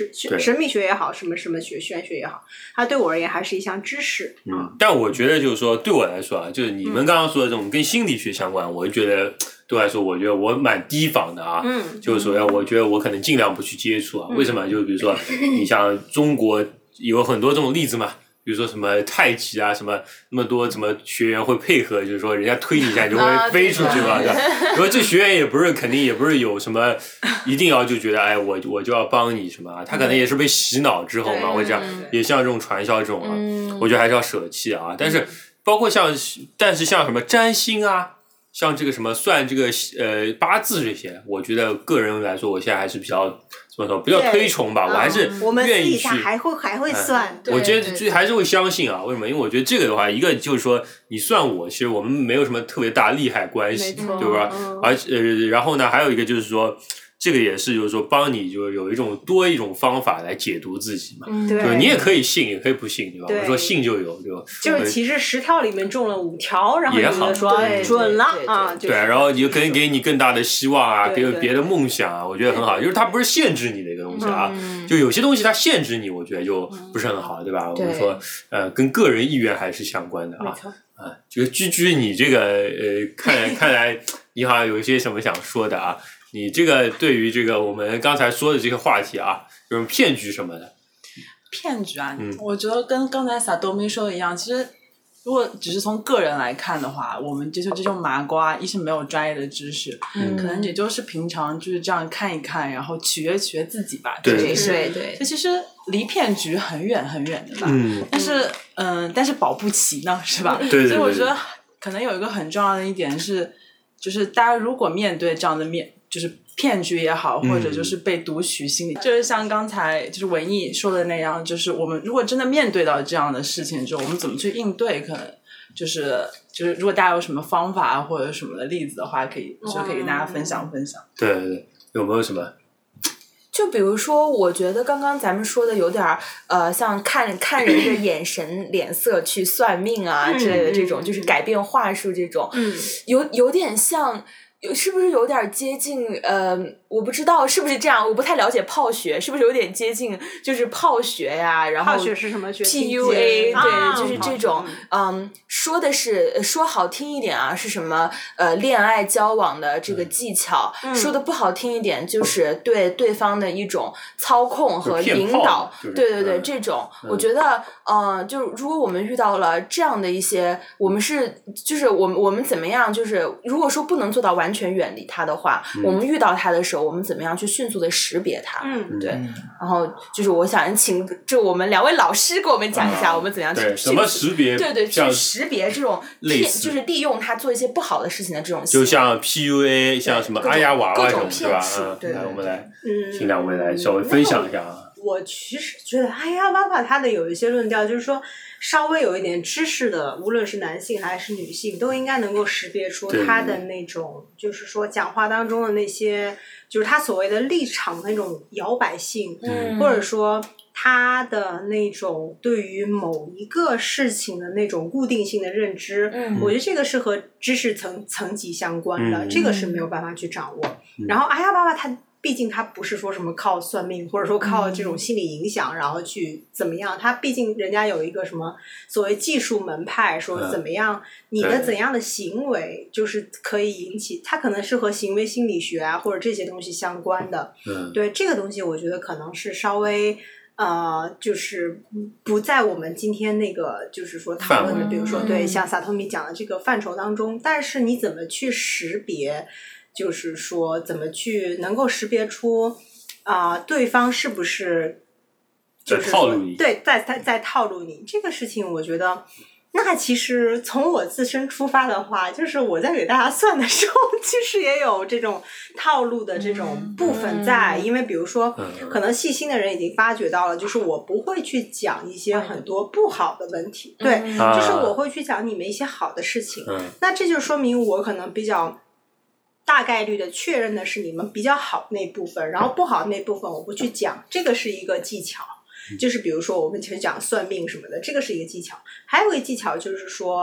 识，神秘学也好，什么什么学玄学也好，它对我而言还是一项知识。 嗯，但我觉得就是说，对我来说啊，就是你们刚刚说的这种跟心理学相关，嗯、我就觉得对我来说，我觉得我蛮提防的啊。 嗯， 就是说，我觉得我可能尽量不去接触啊。嗯、为什么？就比如说，你像中国有很多这种例子嘛。比如说什么太极啊，什么那么多什么学员会配合，就是说人家推你一下你就会飞出去吧，对吧？然后这学员也不是肯定也不是有什么一定要就觉得哎我我就要帮你什么，他可能也是被洗脑之后嘛，会这样，也像这种传销这种啊，我觉得还是要舍弃啊。但是包括像但是像什么占星啊，像这个什么算这个呃八字这些，我觉得个人来说，我现在还是比较怎么说，比较推崇吧。我还是愿意去， 我们私底下还会还会算。 我觉得就还是会相信啊。为什么？因为我觉得这个的话，一个就是说你算我，其实我们没有什么特别大利害关系，对吧？嗯、而呃，然后呢，还有一个就是说。这个也是，就是说帮你，就是有一种多一种方法来解读自己嘛。 嗯， 对，你也可以信，也可以不信，对吧？ 对我说信就有，对吧？ 就是其实十条里面中了五条，然后你就说准了啊。 对，然后也可以给你更大的希望啊，给别的梦想啊，我觉得很好。就是它不是限制你的一个东西啊，就有些东西它限制你，我觉得就不是很好，对吧？我们说，呃，跟个人意愿还是相关的啊。啊，这个居居，你这个呃，看看来你好像有一些什么想说的啊。你这个对于这个我们刚才说的这个话题啊，就是骗局什么的， 骗局啊， 嗯、 我觉得跟刚才萨多米说的一样，其实如果只是从个人来看的话，我们接触这种麻瓜，一是没有专业的知识，嗯、可能也就是平常就是这样看一看，然后取悦取悦自己吧。 对对对对， 这其实离骗局很远很远的吧。 嗯， 但是嗯、呃，但是保不齐呢，是吧？ 对对对对， 所以我觉得可能有一个很重要的一点是，就是大家如果面对这样的面。就是骗局也好，或者就是被读取心理，嗯、就是像刚才就是文艺说的那样，就是我们如果真的面对到这样的事情之后，我们怎么去应对？可能就是就是如果大家有什么方法或者什么的例子的话，可以就可以跟大家分享分享。 对对对，有没有什么？ 就比如说，我觉得刚刚咱们说的有点儿呃，像看看人的眼神、脸色去算命啊之类的这种，嗯、就是改变话术这种， 嗯， 有有点像。有是不是有点接近呃，我不知道是不是这样，我不太了解泡学，是不是有点接近就是泡学呀？然后泡学是什么学 ？P U A 对， 啊、 就是这种嗯，说的是说好听一点啊，是什么呃恋爱交往的这个技巧； 嗯、 说的不好听一点，就是对对方的一种操控和引导。 就是、 对对对，嗯、这种、嗯、我觉得呃，就如果我们遇到了这样的一些，我们是就是我们我们怎么样？就是如果说不能做到完。完全远离他的话、嗯，我们遇到他的时候，我们怎么样去迅速的识别他？ 嗯， 对。然后就是我想请就我们两位老师给我们讲一下， 嗯、 我们怎样去怎么识别？ 对对，去识别这种利，就是利用他做一些不好的事情的这种。 就像 P U A， 像什么阿丫娃娃这种，是吧？ 嗯，对。 来，我们来请两位来稍微分享一下啊。 我其实觉得哎呀爸爸他的有一些论调就是说稍微有一点知识的无论是男性还是女性都应该能够识别出他的那种就是说讲话当中的那些就是他所谓的立场的那种摇摆性、 嗯、 或者说他的那种对于某一个事情的那种固定性的认知、 嗯、 我觉得这个是和知识层层级相关的、 嗯、 这个是没有办法去掌握、嗯、然后哎呀爸爸他毕竟他不是说什么靠算命或者说靠这种心理影响、嗯、然后去怎么样，他毕竟人家有一个什么所谓技术门派说怎么样、嗯、你的怎样的行为就是可以引起他可能是和行为心理学啊或者这些东西相关的、 嗯、 对这个东西我觉得可能是稍微呃，就是不在我们今天那个就是说讨论的比如说对像萨托米讲的这个范畴当中，但是你怎么去识别就是说怎么去能够识别出啊、呃、对方是不是就是在套路你， 对在在在套路你这个事情我觉得那其实从我自身出发的话就是我在给大家算的时候其实也有这种套路的这种部分在、嗯、因为比如说、嗯、可能细心的人已经发觉到了就是我不会去讲一些很多不好的问题、嗯、对、嗯、就是我会去讲你们一些好的事情、 嗯、 那这就说明我可能比较大概率的确认的是你们比较好那部分，然后不好那部分我不去讲，这个是一个技巧。就是比如说我们其实讲算命什么的，这个是一个技巧。还有一个技巧就是说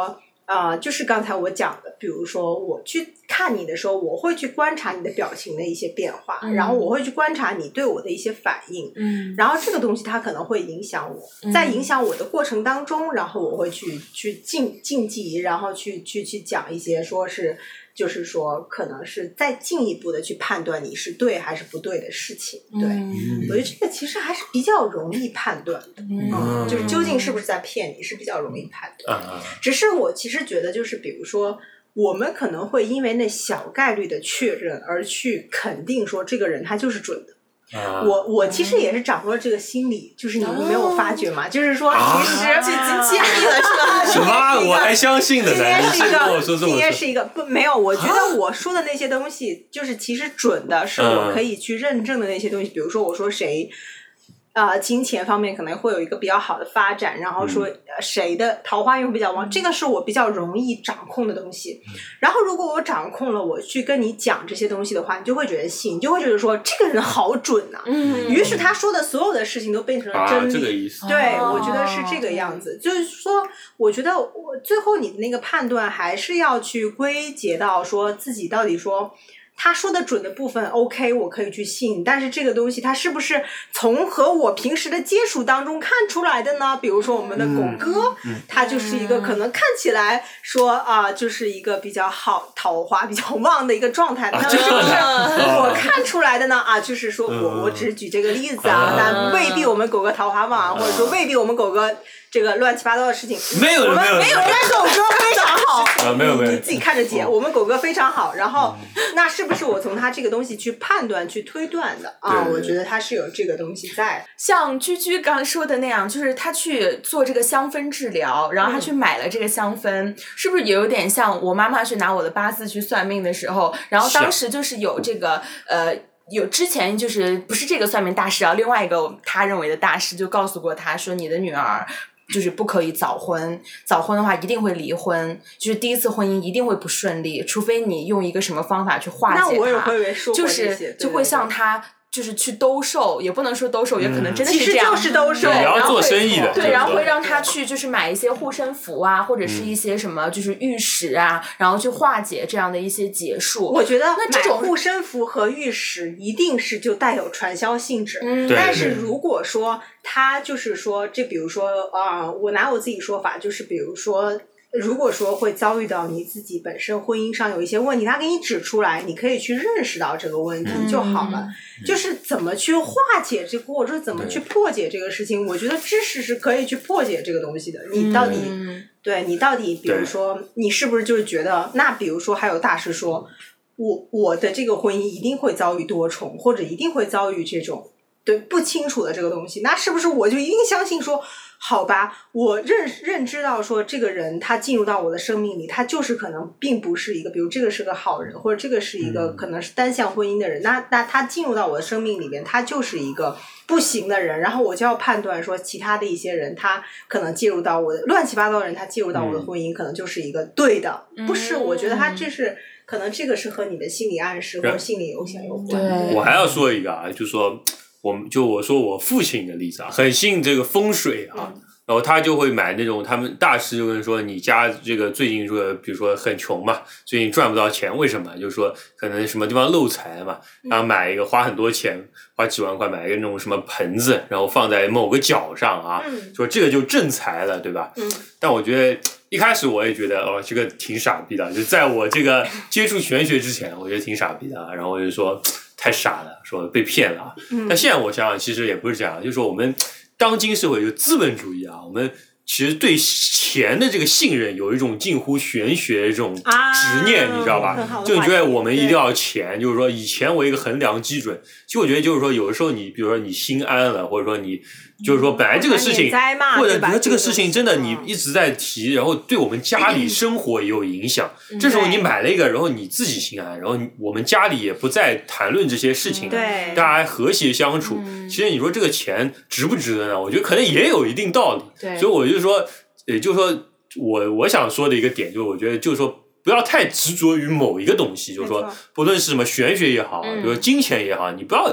啊、呃，就是刚才我讲的，比如说我去看你的时候，我会去观察你的表情的一些变化，嗯、然后我会去观察你对我的一些反应， 嗯， 然后这个东西它可能会影响我， 嗯、 在影响我的过程当中，然后我会去去进进击，然后去去去讲一些说是。就是说，可能是再进一步的去判断你是对还是不对的事情。对， 嗯、 我觉得这个其实还是比较容易判断的。 嗯， 嗯就是究竟是不是在骗你，是比较容易判断。 嗯、 只是我其实觉得，就是比如说，我们可能会因为那小概率的确认而去肯定说这个人他就是准的。 啊、 我我其实也是掌握了这个心理，就是你们没有发觉吗？就是说，其实已经揭秘了，是吧？ 什么？我还相信的呢？ 今天是一个， 今天是一个不没有。我觉得我说的那些东西，就是其实准的，是我可以去认证的那些东西。比如说，我说谁。呃，金钱方面可能会有一个比较好的发展，然后说谁的桃花运比较旺，这个是我比较容易掌控的东西。然后如果我掌控了，我去跟你讲这些东西的话，你就会觉得信，你就会觉得说这个人好准呐、啊。嗯。于是他说的所有的事情都变成了真理。 啊、这个意思。 对，我觉得是这个样子。就是说，我觉得我最后你的那个判断还是要去归结到说自己到底说。他说的准的部分 OK 我可以去信，但是这个东西它是不是从和我平时的接触当中看出来的呢？比如说我们的狗哥、嗯、他就是一个可能看起来说啊、呃，就是一个比较好桃花比较旺的一个状态，那、啊、是不是我看出来的呢？啊，就是说我我只举这个例子啊，那未必我们狗哥桃花旺，或者说未必我们狗哥这个乱七八糟的事情没有我们没有没有，因为狗哥非常好啊，没有没有， 你自己看着解。我们狗哥非常好，然后、嗯、那是不是我从他这个东西去判断、去推断的啊？我觉得他是有这个东西在。 像居居刚说的那样，就是他去做这个香氛治疗，然后他去买了这个香氛，嗯、是不是也有点像我妈妈去拿我的八字去算命的时候，然后当时就是有这个呃。有之前就是不是这个算命大师啊，另外一个他认为的大师就告诉过他说，你的女儿就是不可以早婚，早婚的话一定会离婚，就是第一次婚姻一定会不顺利，除非你用一个什么方法去化解它。 那我也会说过这些， 就是就会像他。就是去兜售，也不能说兜售，也可能真的是这样。 其实就是兜售， 也要做生意的。 对，然后会让他去就是买一些护身符啊，或者是一些什么就是玉石啊，然后去化解这样的一些劫数。 我觉得那这种护身符和玉石一定是就带有传销性质。 嗯， 但是如果说他就是说，这比如说啊、呃，我拿我自己说法，就是比如说。如果说会遭遇到你自己本身婚姻上有一些问题，他给你指出来，你可以去认识到这个问题就好了。嗯、就是怎么去化解这个，或者说怎么去破解这个事情，我觉得知识是可以去破解这个东西的。你到底， 嗯、 对你到底，比如说，你是不是就是觉得，那比如说还有大师说，我我的这个婚姻一定会遭遇多重，或者一定会遭遇这种对不清楚的这个东西，那是不是我就一定相信说？好吧，我认认知到说这个人他进入到我的生命里，他就是可能并不是一个，比如这个是个好人，或者这个是一个可能是单向婚姻的人，那那他进入到我的生命里面，他就是一个不行的人，然后我就要判断说其他的一些人，他可能介入到我的乱七八糟的人，他介入到我的婚姻，可能就是一个对的，不是？我觉得他这是可能这个是和你的心理暗示或者心理影响有关。 我还要说一个啊，就是说。我们就我说我父亲的例子啊，很信这个风水啊，嗯、然后他就会买那种，他们大师就跟说你家这个最近说，比如说很穷嘛，最近赚不到钱，为什么？就是说可能什么地方漏财嘛，然后买一个花很多钱，花几万块买一个那种什么盆子，然后放在某个角上啊， 嗯、 说这个就正财了，对吧？ 嗯、 但我觉得一开始我也觉得哦，这个挺傻逼的，就在我这个接触玄学之前，我觉得挺傻逼的，然后我就说。太傻了，说被骗了。 嗯、 但现在我想想，其实也不是这样，就是说我们当今社会有资本主义啊，我们其实对钱的这个信任有一种近乎玄学的这种执念， 啊、 你知道吧？就你觉得我们一定要钱，就是说以钱为一个衡量基准。其实我觉得就是说，有的时候你比如说你心安了，或者说你就是说本来这个事情， 嗯、 或者比如说这个事情真的你一直在提，然后对我们家里生活也有影响。嗯、这时候你买了一个，然后你自己心安，然后我们家里也不再谈论这些事情了， 嗯、 大家和谐相处。 嗯、 其实你说这个钱值不值得呢？我觉得可能也有一定道理。 对， 所以我就说，也就是说，我我想说的一个点，就是我觉得就是说。不要太执着于某一个东西，就是说，不论是什么玄学也好，比如说金钱也好，你不要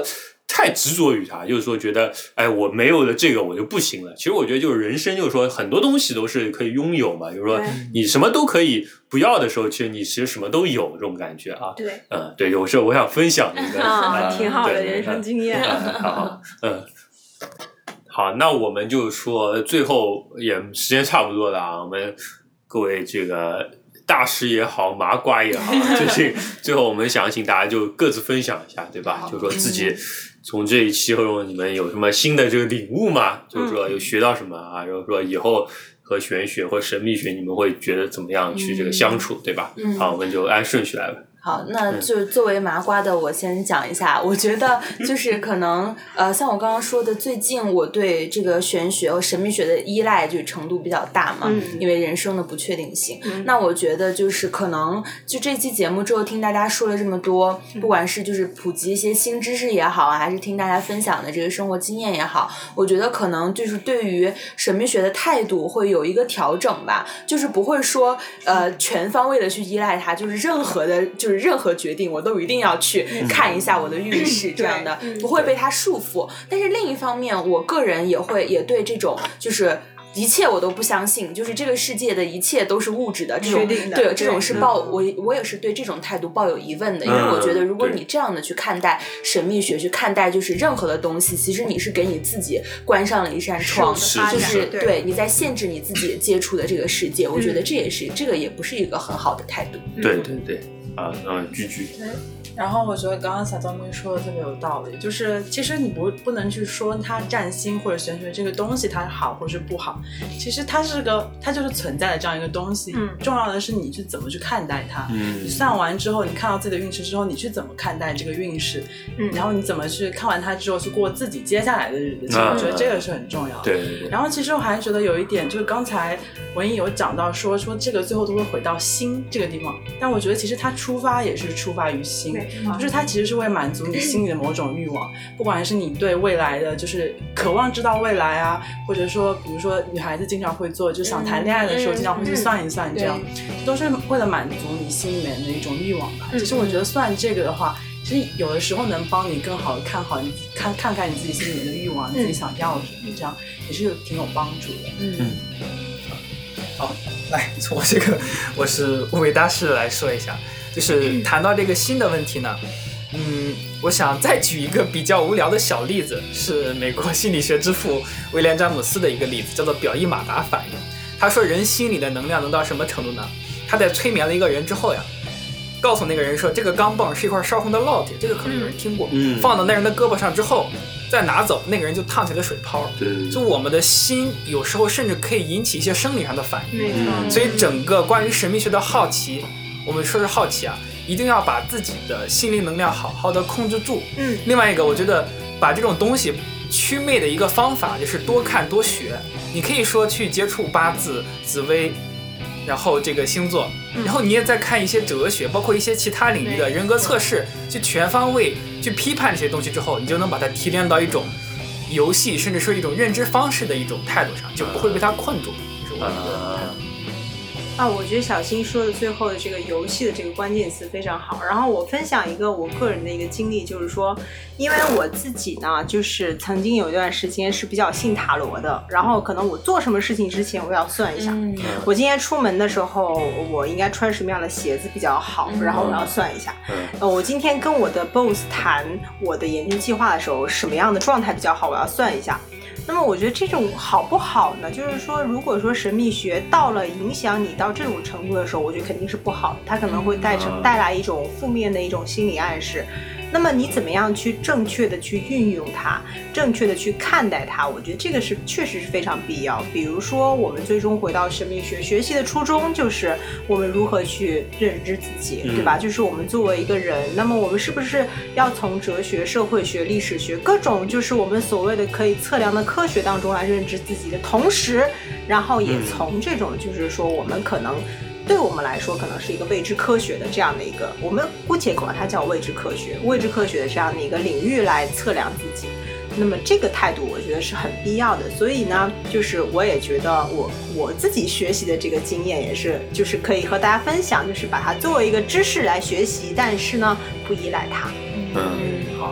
太执着于它，就是说觉得哎我没有了这个我就不行了。其实我觉得就是人生就是说很多东西都是可以拥有嘛，就是说你什么都可以不要的时候，其实你其实什么都有这种感觉啊。 对， 嗯，对，有时候我想分享这个啊， 嗯、 挺好的对人生经验。 嗯、好，嗯。好，那我们就说最后也时间差不多了啊，我们各位这个大师也好，麻瓜也好，就是最后我们想请大家就各自分享一下，对吧？就说自己从这一期后你们有什么新的这个领悟吗？就是说有学到什么啊？然后说以后和玄学或神秘学你们会觉得怎么样去这个相处，对吧？ 嗯， 好，我们就按顺序来吧。 好，那就作为麻瓜的我先讲一下，我觉得就是可能呃，像我刚刚说的，最近我对这个玄学和神秘学的依赖就程度比较大嘛， 嗯、 因为人生的不确定性。 嗯、 那我觉得就是可能就这期节目之后听大家说了这么多，不管是就是普及一些新知识也好啊，还是听大家分享的这个生活经验也好，我觉得可能就是对于神秘学的态度会有一个调整吧，就是不会说呃全方位的去依赖它，就是任何的就是任何决定我都一定要去看一下我的运势这样的，不会被它束缚。但是另一方面，我个人也会也对这种就是一切我都不相信，就是这个世界的一切都是物质的这种，对这种是抱我我也是对这种态度抱有疑问的，因为我觉得如果你这样的去看待神秘学，去看待就是任何的东西，其实你是给你自己关上了一扇窗，就是对你在限制你自己接触的这个世界。我觉得这也是这个也不是一个很好的态度。 对对对。啊，嗯，居居。 对，然后我觉得刚刚小张妹说的特别有道理，就是其实你不不能去说它占星或者玄学这个东西它好或是不好，其实它是个它就是存在的这样一个东西，嗯，重要的是你去怎么去看待它。嗯，你算完之后，你看到自己的运势之后，你去怎么看待这个运势，嗯，然后你怎么去看完它之后去过自己接下来的日子，其实我觉得这个是很重要的。 对对对。 然后其实我还觉得有一点，就是刚才文艺有讲到说说这个最后都会回到心这个地方，但我觉得其实它出发也是出发于心，就是它其实是为满足你心里的某种欲望，不管是你对未来的就是渴望知道未来啊，或者说比如说女孩子经常会做，就想谈恋爱的时候经常会去算一算，这样这都是为了满足你心里面的一种欲望吧。其实我觉得算这个的话，其实有的时候能帮你更好的看好你看看看你自己心里面的欲望，你自己想要什么，这样也是挺有帮助的。 嗯， 好，来从我这个我是物美大师来说一下，就是谈到这个新的问题呢，嗯，我想再举一个比较无聊的小例子，是美国心理学之父威廉詹姆斯的一个例子，叫做表意马达反应。他说人心里的能量能到什么程度呢？他在催眠了一个人之后呀，告诉那个人说这个钢镚是一块烧红的烙铁，这个可能有人听过，嗯，放到那人的胳膊上之后再拿走，那个人就烫起了水泡。 对， 就我们的心有时候甚至可以引起一些生理上的反应。 没错。 所以整个关于神秘学的好奇，我们说是好奇啊，一定要把自己的心灵能量好好的控制住。嗯。另外一个，我觉得把这种东西祛魅的一个方法就是多看多学。你可以说去接触八字、紫微，然后这个星座，然后你也在看一些哲学，包括一些其他领域的人格测试，去全方位去批判这些东西之后，你就能把它提炼到一种游戏，甚至说一种认知方式的一种态度上，就不会被它困住。这是我的态度。 啊，我觉得小新说的最后的这个游戏的这个关键词非常好。然后我分享一个我个人的一个经历，就是说，因为我自己呢，就是曾经有一段时间是比较信塔罗的，然后可能我做什么事情之前，我要算一下，嗯、我今天出门的时候，我应该穿什么样的鞋子比较好，然后我要算一下。嗯、呃，我今天跟我的 boss 谈我的研究计划的时候，什么样的状态比较好，我要算一下。那么我觉得这种好不好呢？就是说，如果说神秘学到了影响你到这种程度的时候，我觉得肯定是不好的，它可能会带成带来一种负面的一种心理暗示。那么你怎么样去正确的去运用它，正确的去看待它，我觉得这个是确实是非常必要。比如说我们最终回到神秘学学习的初衷，就是我们如何去认知自己，对吧？就是我们作为一个人，那么我们是不是要从哲学、社会学、历史学各种就是我们所谓的可以测量的科学当中来认知自己的同时，然后也从这种就是说我们可能对我们来说可能是一个未知科学的这样的一个，我们姑且管它叫未知科学未知科学的这样的一个领域来测量自己。那么这个态度我觉得是很必要的。所以呢，就是我也觉得我我自己学习的这个经验也是就是可以和大家分享，就是把它作为一个知识来学习，但是呢不依赖它。 嗯，好。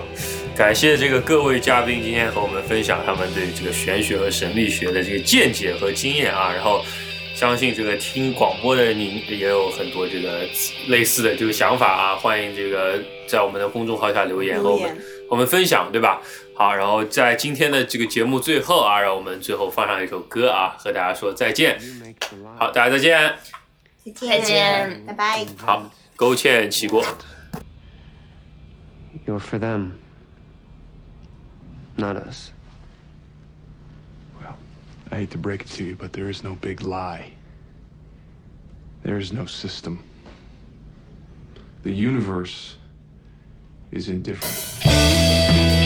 感谢这个各位嘉宾今天和我们分享他们对这个玄学和神秘学的这个见解和经验啊，然后相信这个听广播的您也有很多这个类似的这个想法啊，欢迎这个在我们的公众号下留言和我们我们分享，对吧？好，然后在今天的这个节目最后啊，让我们最后放上一首歌啊，和大家说再见。好，大家再见， 再见，拜拜。 好，勾芡起锅。 You're for them, not us. Well, I hate to break it to you, but there is no big lie. There is no system. The universe is indifferent.